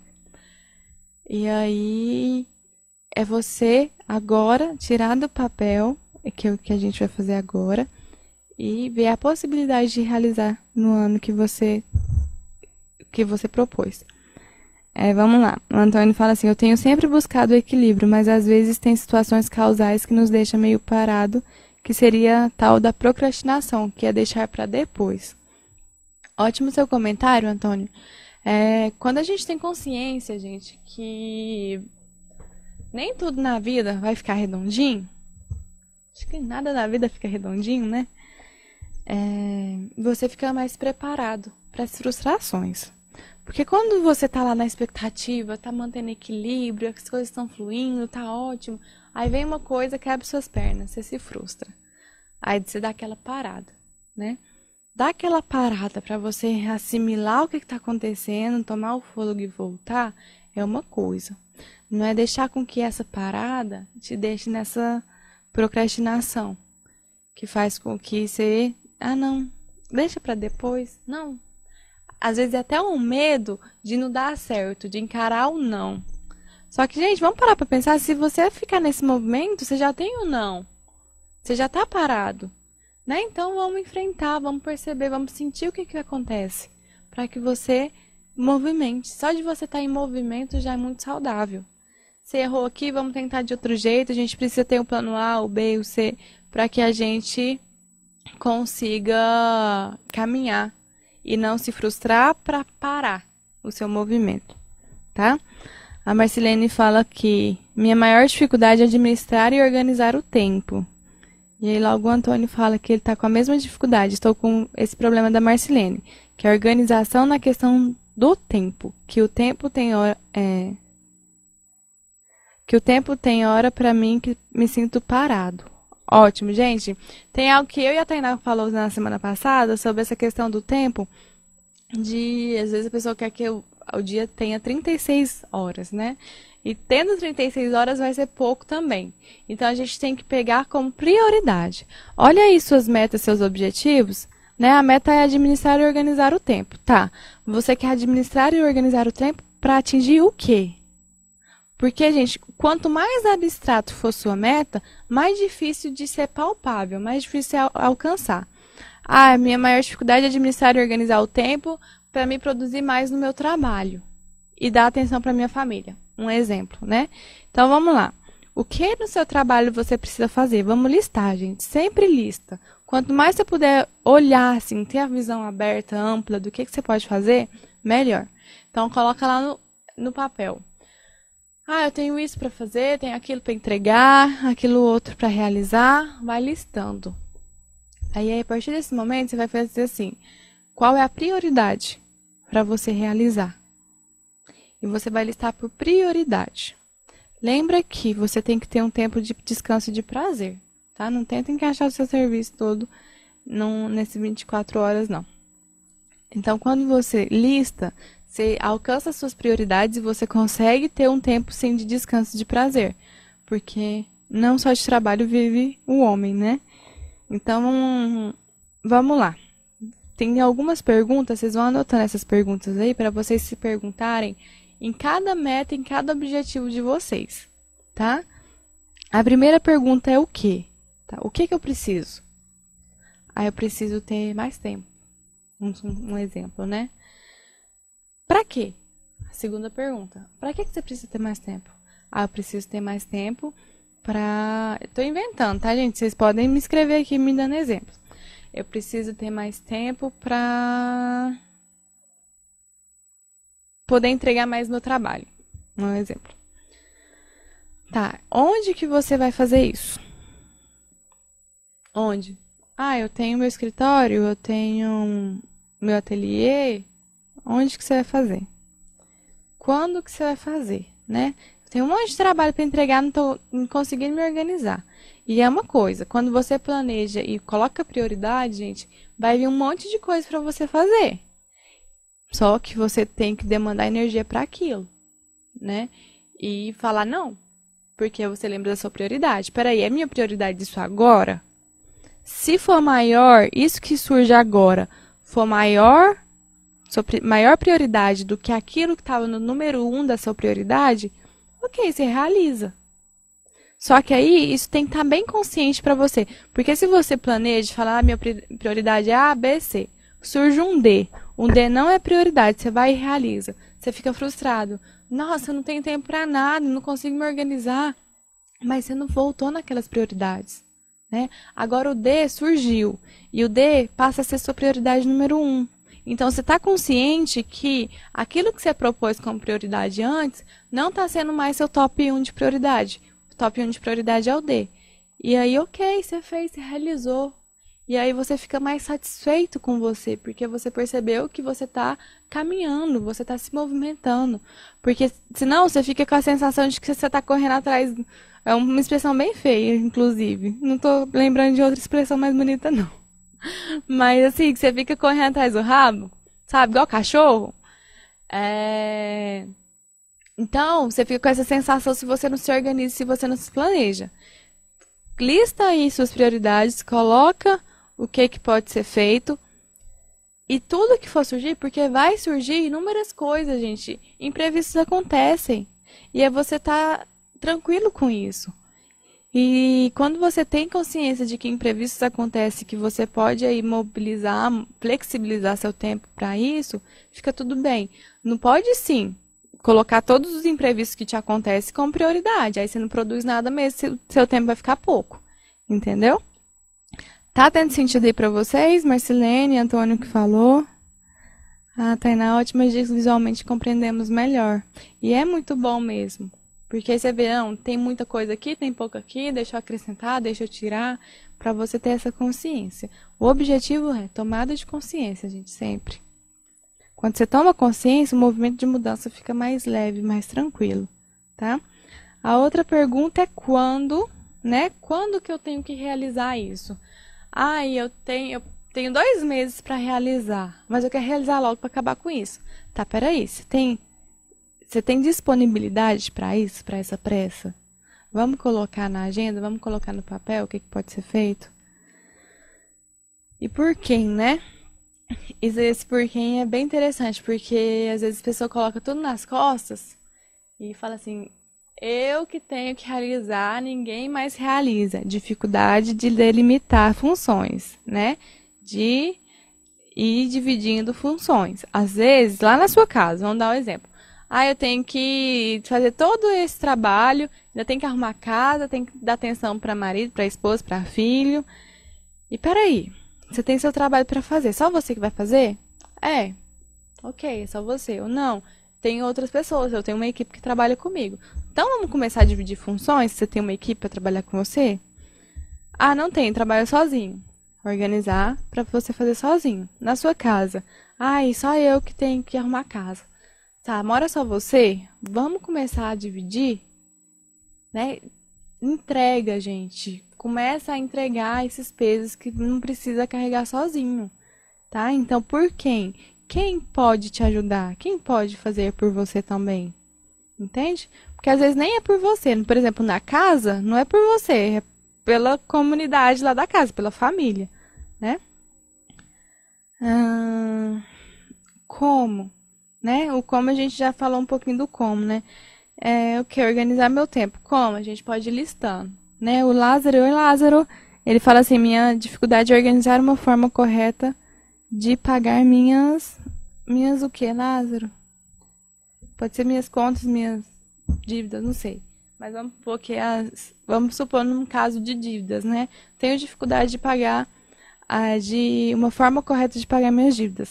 E aí, é você agora tirar do papel, que é o que a gente vai fazer agora, e ver a possibilidade de realizar no ano que você, que você propôs. É, vamos lá. O Antônio fala assim: eu tenho sempre buscado o equilíbrio, mas às vezes tem situações causais que nos deixam meio parado, que seria a tal da procrastinação, que é deixar para depois. Ótimo seu comentário, Antônio. É, quando a gente tem consciência, gente, que nem tudo na vida vai ficar redondinho, acho que nada na vida fica redondinho, né? É, você fica mais preparado para as frustrações. Porque quando você tá lá na expectativa, tá mantendo equilíbrio, as coisas estão fluindo, tá ótimo, aí vem uma coisa que abre suas pernas, você se frustra. Aí você dá aquela parada, né? Dá aquela parada para você assimilar o que está acontecendo, tomar o fôlego e voltar, é uma coisa. Não é deixar com que essa parada te deixe nessa procrastinação, que faz com que você, ah não, deixa para depois, não. Às vezes é até um medo de não dar certo, de encarar o não. Só que, gente, vamos parar para pensar, se você ficar nesse movimento, você já tem o não. Você já está parado. Né? Então vamos enfrentar, vamos perceber, vamos sentir o que, que acontece. Para que você movimente. Só de você estar em movimento já é muito saudável. Você errou aqui, vamos tentar de outro jeito. A gente precisa ter um plano A, o B, o C, para que a gente consiga caminhar. E não se frustrar para parar o seu movimento, tá? A Marcilene fala que minha maior dificuldade é administrar e organizar o tempo. E aí logo o Antônio fala que ele está com a mesma dificuldade. Estou com esse problema da Marcilene, que é a organização na questão do tempo. Que o tempo tem hora... É, que o tempo tem hora para mim que me sinto parado. Ótimo, gente. Tem algo que eu e a Tainá falou na semana passada sobre essa questão do tempo, de às vezes a pessoa quer que o, o dia tenha trinta e seis horas, né? E tendo trinta e seis horas vai ser pouco também. Então a gente tem que pegar como prioridade. Olha aí suas metas, seus objetivos, né? A meta é administrar e organizar o tempo. Tá. Você quer administrar e organizar o tempo para atingir o quê? Porque, gente, quanto mais abstrato for sua meta, mais difícil de ser palpável, mais difícil de al alcançar. Ah, a minha maior dificuldade é administrar e organizar o tempo para me produzir mais no meu trabalho e dar atenção para minha família. Um exemplo, né? Então, vamos lá. O que no seu trabalho você precisa fazer? Vamos listar, gente. Sempre lista. Quanto mais você puder olhar, assim, ter a visão aberta, ampla do que, que você pode fazer, melhor. Então, coloca lá no, no papel. Ah, eu tenho isso para fazer, tenho aquilo para entregar, aquilo outro para realizar. Vai listando. Aí, a partir desse momento, você vai fazer assim. Qual é a prioridade para você realizar? E você vai listar por prioridade. Lembra que você tem que ter um tempo de descanso e de prazer. Tá? Não tenta encaixar o seu serviço todo num, nesse vinte e quatro horas, não. Então, quando você lista, você alcança as suas prioridades e você consegue ter um tempo sim de descanso e de prazer. Porque não só de trabalho vive o homem, né? Então, vamos lá. Tem algumas perguntas, vocês vão anotando essas perguntas aí para vocês se perguntarem em cada meta, em cada objetivo de vocês, tá? A primeira pergunta é o quê? Tá? O que que eu preciso? Ah, eu preciso ter mais tempo. Um, um exemplo, né? Para quê? A segunda pergunta. Para que que você precisa ter mais tempo? Ah, eu preciso ter mais tempo para... Estou inventando, tá, gente? Vocês podem me escrever aqui me dando exemplos. Eu preciso ter mais tempo para poder entregar mais meu trabalho. Um exemplo. Tá, onde que você vai fazer isso? Onde? Ah, eu tenho meu escritório, eu tenho meu ateliê. Onde que você vai fazer? Quando que você vai fazer, né? Eu tenho um monte de trabalho para entregar, não estou conseguindo me organizar. E é uma coisa, quando você planeja e coloca prioridade, gente, vai vir um monte de coisa para você fazer. Só que você tem que demandar energia para aquilo, né? E falar não, porque você lembra da sua prioridade. Peraí, é minha prioridade isso agora? Se for maior, isso que surge agora, for maior, sua maior prioridade do que aquilo que estava no número um da sua prioridade, ok, você realiza. Só que aí, isso tem que estar bem consciente para você. Porque se você planeja falar, ah, minha prioridade é A, B, C, surge um D. Um D não é prioridade, você vai e realiza. Você você fica frustrado. Nossa, eu não tenho tempo para nada, não consigo me organizar. Mas você não voltou naquelas prioridades, né? Agora o D surgiu e o D passa a ser sua prioridade número um. Então você está consciente que aquilo que você propôs como prioridade antes não está sendo mais seu top um de prioridade. O top um de prioridade é o D. E aí, ok, você fez, você realizou. E aí você fica mais satisfeito com você, porque você percebeu que você está caminhando, você está se movimentando. Porque senão você fica com a sensação de que você está correndo atrás. É uma expressão bem feia, inclusive. Não estou lembrando de outra expressão mais bonita, não. Mas assim, que você fica correndo atrás do rabo, sabe? Igual cachorro. É... Então, você fica com essa sensação se você não se organiza, se você não se planeja. Lista aí suas prioridades, coloca o que, que pode ser feito e tudo que for surgir, porque vai surgir inúmeras coisas, gente. Imprevistos acontecem e é você estar tranquilo com isso. E quando você tem consciência de que imprevistos acontecem, que você pode aí mobilizar, flexibilizar seu tempo para isso, fica tudo bem. Não pode sim colocar todos os imprevistos que te acontecem como prioridade. Aí você não produz nada mesmo, seu tempo vai ficar pouco. Entendeu? Tá tendo sentido aí pra vocês? Marcilene, Antônio que falou. Ah, Tainá, ótimas dicas, visualmente compreendemos melhor. E é muito bom mesmo. Porque aí você vê, não, tem muita coisa aqui, tem pouco aqui, deixa eu acrescentar, deixa eu tirar, pra você ter essa consciência. O objetivo é tomada de consciência, gente, sempre. Quando você toma consciência, o movimento de mudança fica mais leve, mais tranquilo, tá? A outra pergunta é quando, né? Quando que eu tenho que realizar isso? Ah, eu tenho, eu tenho dois meses para realizar, mas eu quero realizar logo para acabar com isso. Tá, peraí, você tem, você tem disponibilidade para isso, para essa pressa? Vamos colocar na agenda, vamos colocar no papel o que, que pode ser feito? E por quem, né? Isso, esse por quem é bem interessante, porque às vezes a pessoa coloca tudo nas costas e fala assim, eu que tenho que realizar, ninguém mais realiza. Dificuldade de delimitar funções, né? De ir dividindo funções. Às vezes, lá na sua casa, vamos dar um exemplo. Ah, eu tenho que fazer todo esse trabalho, ainda tenho que arrumar a casa, tenho que dar atenção para marido, para esposa, para filho. E peraí, você tem seu trabalho para fazer, só você que vai fazer? É, ok, é só você. Ou não, tem outras pessoas, eu tenho uma equipe que trabalha comigo. Então vamos começar a dividir funções? Você tem uma equipe para trabalhar com você? Ah, não tem, trabalho sozinho. Organizar para você fazer sozinho. Na sua casa. Ah, e só eu que tenho que arrumar a casa. Tá, mora só você? Vamos começar a dividir? Né? Entrega, gente. Começa a entregar esses pesos que não precisa carregar sozinho. Tá? Então, por quem? Quem pode te ajudar? Quem pode fazer por você também? Entende? Porque às vezes nem é por você. Por exemplo, na casa, não é por você. É pela comunidade lá da casa, pela família. Né? Ah, como? Né? O como a gente já falou um pouquinho do como, né? É o que? Organizar meu tempo. Como? A gente pode ir listando. Né? O Lázaro, oi Lázaro, ele fala assim, minha dificuldade é organizar uma forma correta de pagar minhas... Minhas o que, Lázaro? Pode ser minhas contas, minhas dívidas, não sei. Mas vamos supor que as... Vamos supor num caso de dívidas, né? Tenho dificuldade de pagar... Ah, de uma forma correta de pagar minhas dívidas.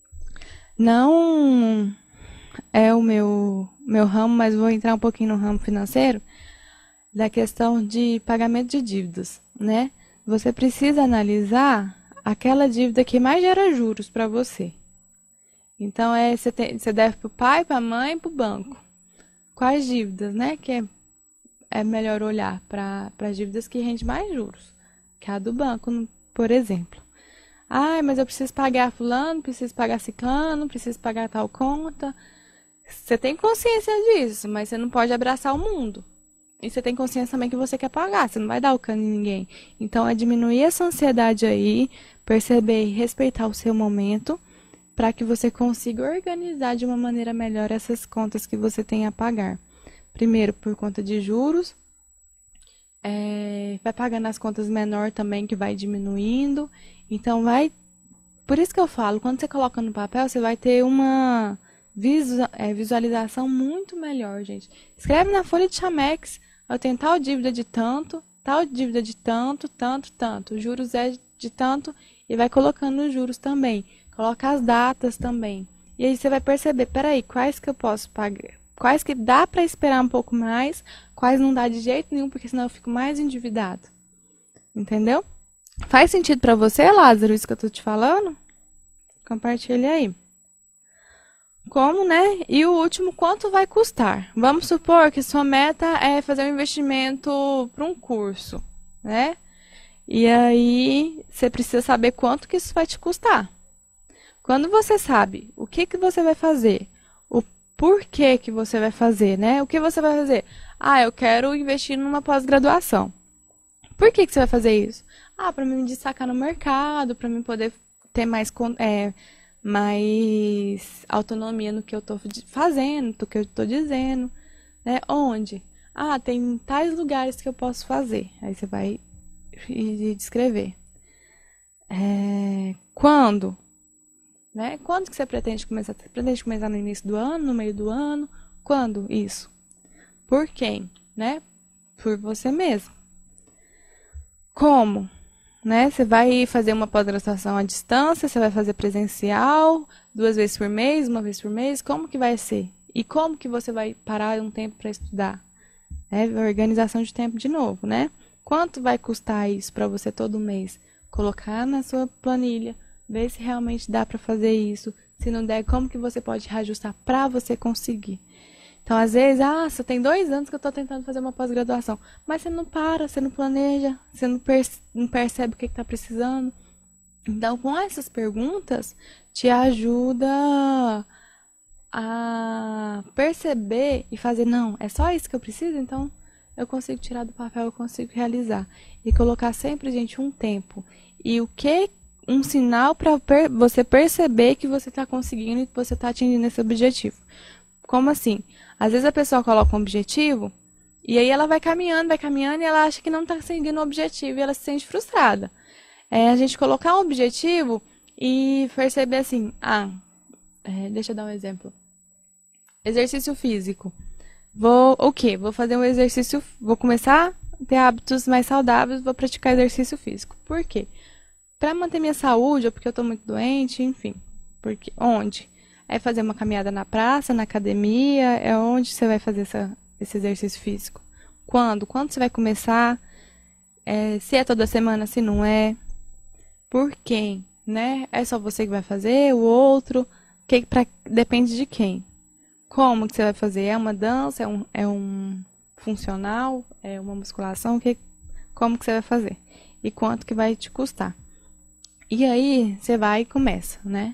Não é o meu, meu ramo, mas vou entrar um pouquinho no ramo financeiro, da questão de pagamento de dívidas, né? Você precisa analisar aquela dívida que mais gera juros para você. Então, é, você, tem, você deve para o pai, para a mãe e para o banco. Quais dívidas, né? Que é, é melhor olhar para as dívidas que rendem mais juros, que a do banco, por exemplo. Ah, mas eu preciso pagar fulano, preciso pagar ciclano, preciso pagar tal conta. Você tem consciência disso, mas você não pode abraçar o mundo. E você tem consciência também que você quer pagar, você não vai dar o cano em ninguém. Então, é diminuir essa ansiedade aí, perceber e respeitar o seu momento, para que você consiga organizar de uma maneira melhor essas contas que você tem a pagar. Primeiro, por conta de juros. É, vai pagando as contas menor também, que vai diminuindo. Então, vai... Por isso que eu falo, quando você coloca no papel, você vai ter uma visu é, visualização muito melhor, gente. Escreve na folha de Chamex, eu tenho tal dívida de tanto, tal dívida de tanto, tanto, tanto. Os juros é de tanto e vai colocando os juros também. Coloca as datas também. E aí você vai perceber, peraí, quais que eu posso pagar? Quais que dá para esperar um pouco mais, quais não dá de jeito nenhum, porque senão eu fico mais endividado. Entendeu? Faz sentido para você, Lázaro, isso que eu tô te falando? Compartilha aí. Como, né? E o último, quanto vai custar? Vamos supor que sua meta é fazer um investimento para um curso, né? E aí, você precisa saber quanto que isso vai te custar. Quando você sabe o que que você vai fazer, o porquê que você vai fazer, né? O que você vai fazer? Ah, eu quero investir numa pós-graduação. Por que que você vai fazer isso? Ah, para me destacar no mercado, para mim poder ter mais, é, mais autonomia no que eu estou fazendo, no que eu estou dizendo, né? Onde? Ah, tem tais lugares que eu posso fazer. Aí você vai descrever. É, quando? Né? Quando que você pretende começar? Você pretende começar no início do ano, no meio do ano? Quando isso? Por quem? Né? Por você mesmo. Como? Né? Você vai fazer uma pós-graduação à distância, você vai fazer presencial, duas vezes por mês, uma vez por mês, como que vai ser? E como que você vai parar um tempo para estudar? É, organização de tempo de novo, né? Quanto vai custar isso para você todo mês? Colocar na sua planilha, ver se realmente dá para fazer isso. Se não der, como que você pode reajustar para você conseguir? Então, às vezes, ah, você tem dois anos que eu estou tentando fazer uma pós-graduação, mas você não para, você não planeja, você não, perce não percebe o que está precisando. Então, com essas perguntas, te ajuda a perceber e fazer, não, é só isso que eu preciso, então eu consigo tirar do papel, eu consigo realizar. E colocar sempre, gente, um tempo. E o que um sinal para per você perceber que você está conseguindo e que você está atingindo esse objetivo. Como assim? Às vezes a pessoa coloca um objetivo e aí ela vai caminhando, vai caminhando e ela acha que não está seguindo o objetivo e ela se sente frustrada. É a gente colocar um objetivo e perceber assim, ah, é, deixa eu dar um exemplo. Exercício físico. Vou, o quê? Vou fazer um exercício, vou começar a ter hábitos mais saudáveis, vou praticar exercício físico. Por quê? Para manter minha saúde, ou porque eu estou muito doente, enfim. Porque, onde? É fazer uma caminhada na praça, na academia, é onde você vai fazer essa, esse exercício físico. Quando? Quando você vai começar? É, se é toda semana, se não é. Por quem? Né? É só você que vai fazer, o outro? Que, pra, depende de quem. Como que você vai fazer? É uma dança? É um, é um funcional? É uma musculação? Que, como que você vai fazer? E quanto que vai te custar? E aí, você vai e começa, né?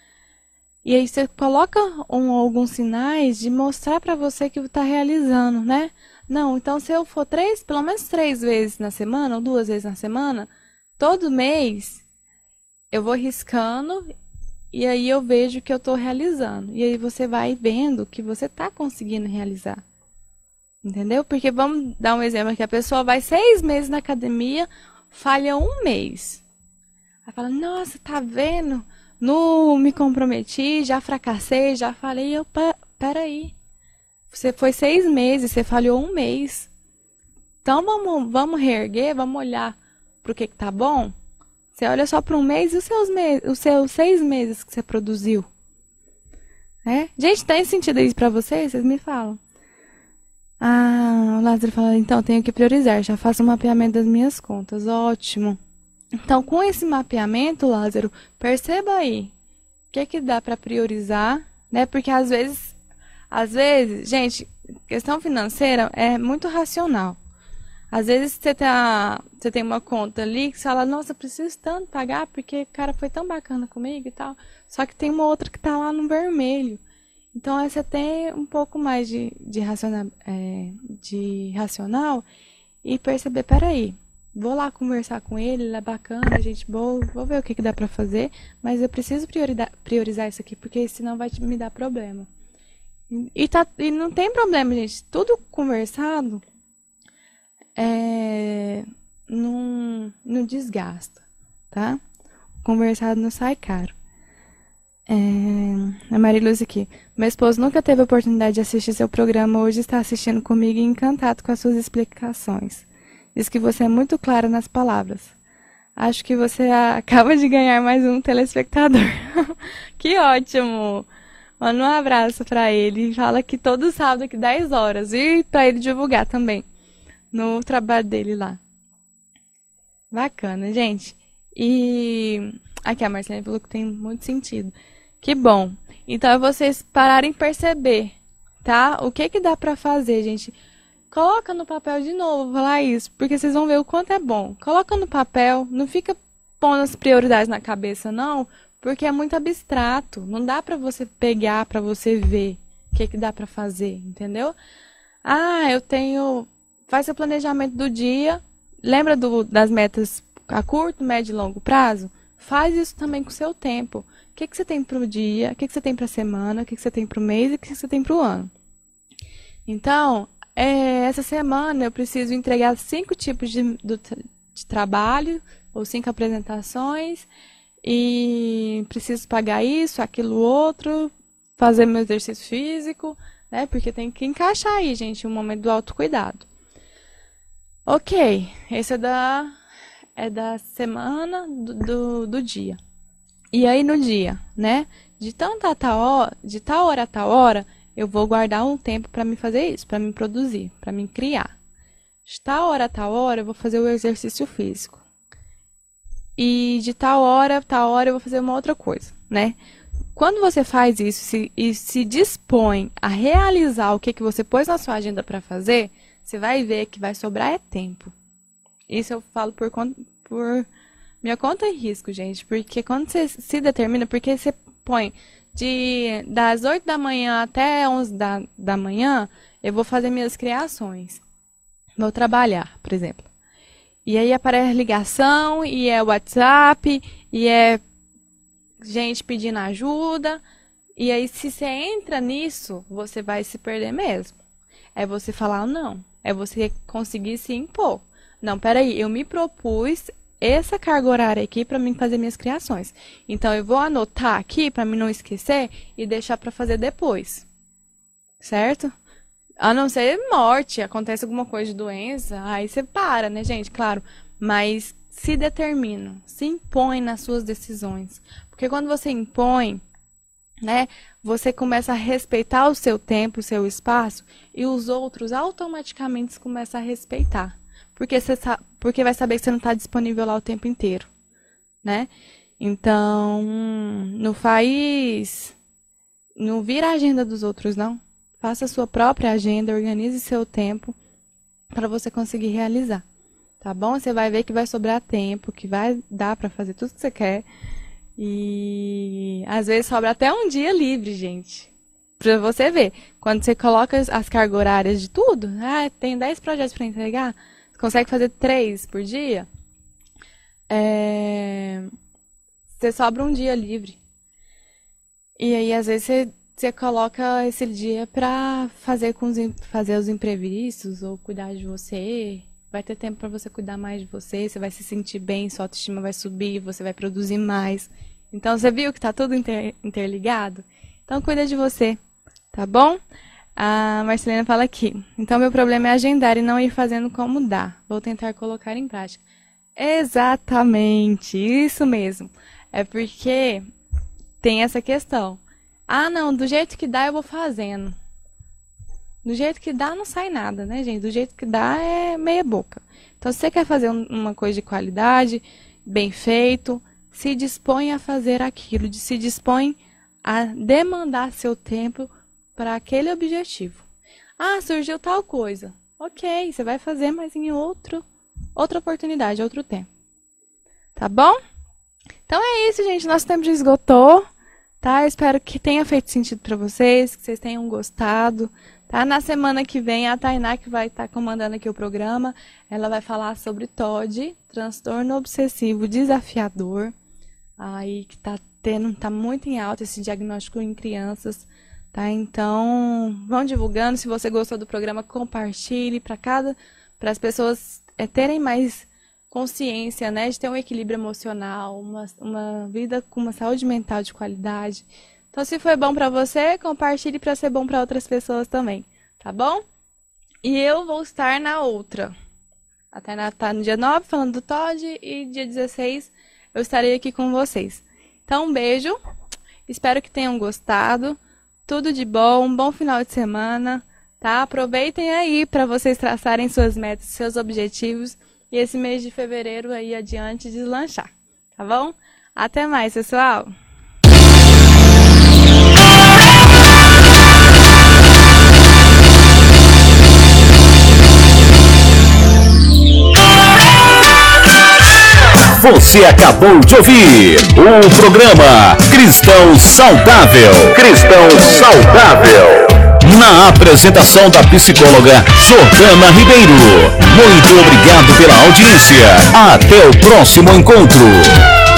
E aí, você coloca um, alguns sinais de mostrar para você que está realizando, né? Não, então, se eu for três, pelo menos três vezes na semana, ou duas vezes na semana, todo mês, eu vou riscando e aí eu vejo que eu estou realizando. E aí, você vai vendo que você está conseguindo realizar. Entendeu? Porque vamos dar um exemplo aqui. A pessoa vai seis meses na academia, falha um mês. Aí fala, nossa, tá vendo? Não me comprometi, já fracassei, já falei. Eu, peraí. Você foi seis meses, você falhou um mês. Então vamos, vamos reerguer, vamos olhar para o que, que tá bom. Você olha só para um mês e os seus, me os seus seis meses que você produziu. É? Gente, tem sentido isso para vocês? Vocês me falam. Ah, o Lázaro fala, então tenho que priorizar, já faço um mapeamento das minhas contas. Ótimo. Então, com esse mapeamento, Lázaro, perceba aí o que, que dá para priorizar, né? Porque às vezes, às vezes, gente, questão financeira é muito racional. Às vezes você, tá, você tem uma conta ali que você fala, nossa, eu preciso tanto pagar porque o cara foi tão bacana comigo e tal. Só que tem uma outra que está lá no vermelho. Então, aí você tem um pouco mais de, de, racional, é, de racional e perceber, peraí, vou lá conversar com ele, ele é bacana, gente boa, vou ver o que, que dá pra fazer, mas eu preciso priorizar, priorizar isso aqui, porque senão vai me dar problema. E, tá, e não tem problema, gente, tudo conversado é, não, não desgasta, tá? Conversado não sai caro. É, a Mariluz aqui. Meu esposo nunca teve a oportunidade de assistir seu programa, hoje está assistindo comigo e encantado com as suas explicações. Diz que você é muito clara nas palavras. Acho que você acaba de ganhar mais um telespectador. Que ótimo! Manda um abraço para ele. Fala que todo sábado aqui dez horas. E para ele divulgar também no trabalho dele lá. Bacana, gente. E aqui a Marcelina falou que tem muito sentido. Que bom. Então é vocês pararem perceber, tá? O que que dá pra fazer, gente? Coloca no papel de novo, vou falar isso, porque vocês vão ver o quanto é bom. Coloca no papel, não fica pondo as prioridades na cabeça, não, porque é muito abstrato. Não dá pra você pegar, pra você ver o que que dá pra fazer, entendeu? Ah, eu tenho... Faz seu planejamento do dia. Lembra do, das metas a curto, médio e longo prazo? Faz isso também com o seu tempo. O que, que você tem para o dia, o que, que você tem para a semana, o que, que você tem para o mês e o que, que você tem para o ano. Então, é, essa semana eu preciso entregar cinco tipos de, do, de trabalho, ou cinco apresentações, e preciso pagar isso, aquilo, outro, fazer meu exercício físico, né? Porque tem que encaixar aí, gente, o momento do autocuidado. Ok, esse é da, é da semana do, do, do dia. E aí no dia, né? De tanta tal hora, de tal hora a tal hora, eu vou guardar um tempo para me fazer isso, para me produzir, para me criar. De tal hora a tal hora, eu vou fazer o exercício físico. E de tal hora a tal hora, eu vou fazer uma outra coisa, né? Quando você faz isso se, e se dispõe a realizar o que, que você pôs na sua agenda para fazer, você vai ver que vai sobrar é tempo. Isso eu falo por, por minha conta e risco, gente. Porque quando você se determina, porque você põe de, das oito da manhã até onze da, da manhã, eu vou fazer minhas criações. Vou trabalhar, por exemplo. E aí aparece ligação, e é WhatsApp, e é gente pedindo ajuda. E aí, se você entra nisso, você vai se perder mesmo. É você falar não. É você conseguir se impor. Não, peraí, eu me propus essa carga horária aqui para mim fazer minhas criações. Então, eu vou anotar aqui para mim não esquecer e deixar para fazer depois. Certo? A não ser morte, acontece alguma coisa de doença, aí você para, né, gente? Claro. Mas se determina, se impõe nas suas decisões. Porque quando você impõe, né, você começa a respeitar o seu tempo, o seu espaço, e os outros automaticamente começam a respeitar. Porque, você sabe, porque vai saber que você não está disponível lá o tempo inteiro, né? Então, não faz... Não vira a agenda dos outros, não. Faça a sua própria agenda, organize seu tempo para você conseguir realizar, tá bom? Você vai ver que vai sobrar tempo, que vai dar para fazer tudo que você quer. E às vezes sobra até um dia livre, gente. Pra você ver. Quando você coloca as cargas horárias de tudo, ah, tem dez projetos para entregar, você consegue fazer três por dia, é... você sobra um dia livre. E aí, às vezes, você, você coloca esse dia para fazer, com os, fazer os imprevistos ou cuidar de você. Vai ter tempo para você cuidar mais de você, você vai se sentir bem, sua autoestima vai subir, você vai produzir mais. Então, você viu que tá tudo inter, interligado? Então, cuida de você, tá bom? A Marcelina fala aqui. Então, meu problema é agendar e não ir fazendo como dá. Vou tentar colocar em prática. Exatamente, isso mesmo. É porque tem essa questão. Ah, não, do jeito que dá eu vou fazendo. Do jeito que dá não sai nada, né, gente? Do jeito que dá é meia boca. Então, se você quer fazer uma coisa de qualidade, bem feito, se dispõe a fazer aquilo, se dispõe a demandar seu tempo para aquele objetivo. Ah, surgiu tal coisa. Ok, você vai fazer, mas em outro, outra oportunidade, outro tempo. Tá bom? Então é isso, gente. Nosso tempo já esgotou. Tá? Eu espero que tenha feito sentido para vocês, que vocês tenham gostado. Tá? Na semana que vem, a Tainá, que vai estar comandando aqui o programa, ela vai falar sobre T O D, transtorno obsessivo desafiador. Aí que tá tendo, tá muito em alta esse diagnóstico em crianças. Tá? Então, vão divulgando. Se você gostou do programa, compartilhe para cada, para as pessoas é, terem mais consciência, né, de ter um equilíbrio emocional, uma, uma vida com uma saúde mental de qualidade. Então, se foi bom para você, compartilhe para ser bom para outras pessoas também, tá bom? E eu vou estar na outra. A Tainá tá no dia nove, falando do Todd, e dia dezesseis eu estarei aqui com vocês. Então, um beijo, espero que tenham gostado, tudo de bom, um bom final de semana, tá? Aproveitem aí para vocês traçarem suas metas, seus objetivos, e esse mês de fevereiro aí adiante deslanchar, tá bom? Até mais, pessoal! Você acabou de ouvir o programa Cristão Saudável. Cristão Saudável. Na apresentação da psicóloga Jordana Ribeiro. Muito obrigado pela audiência. Até o próximo encontro.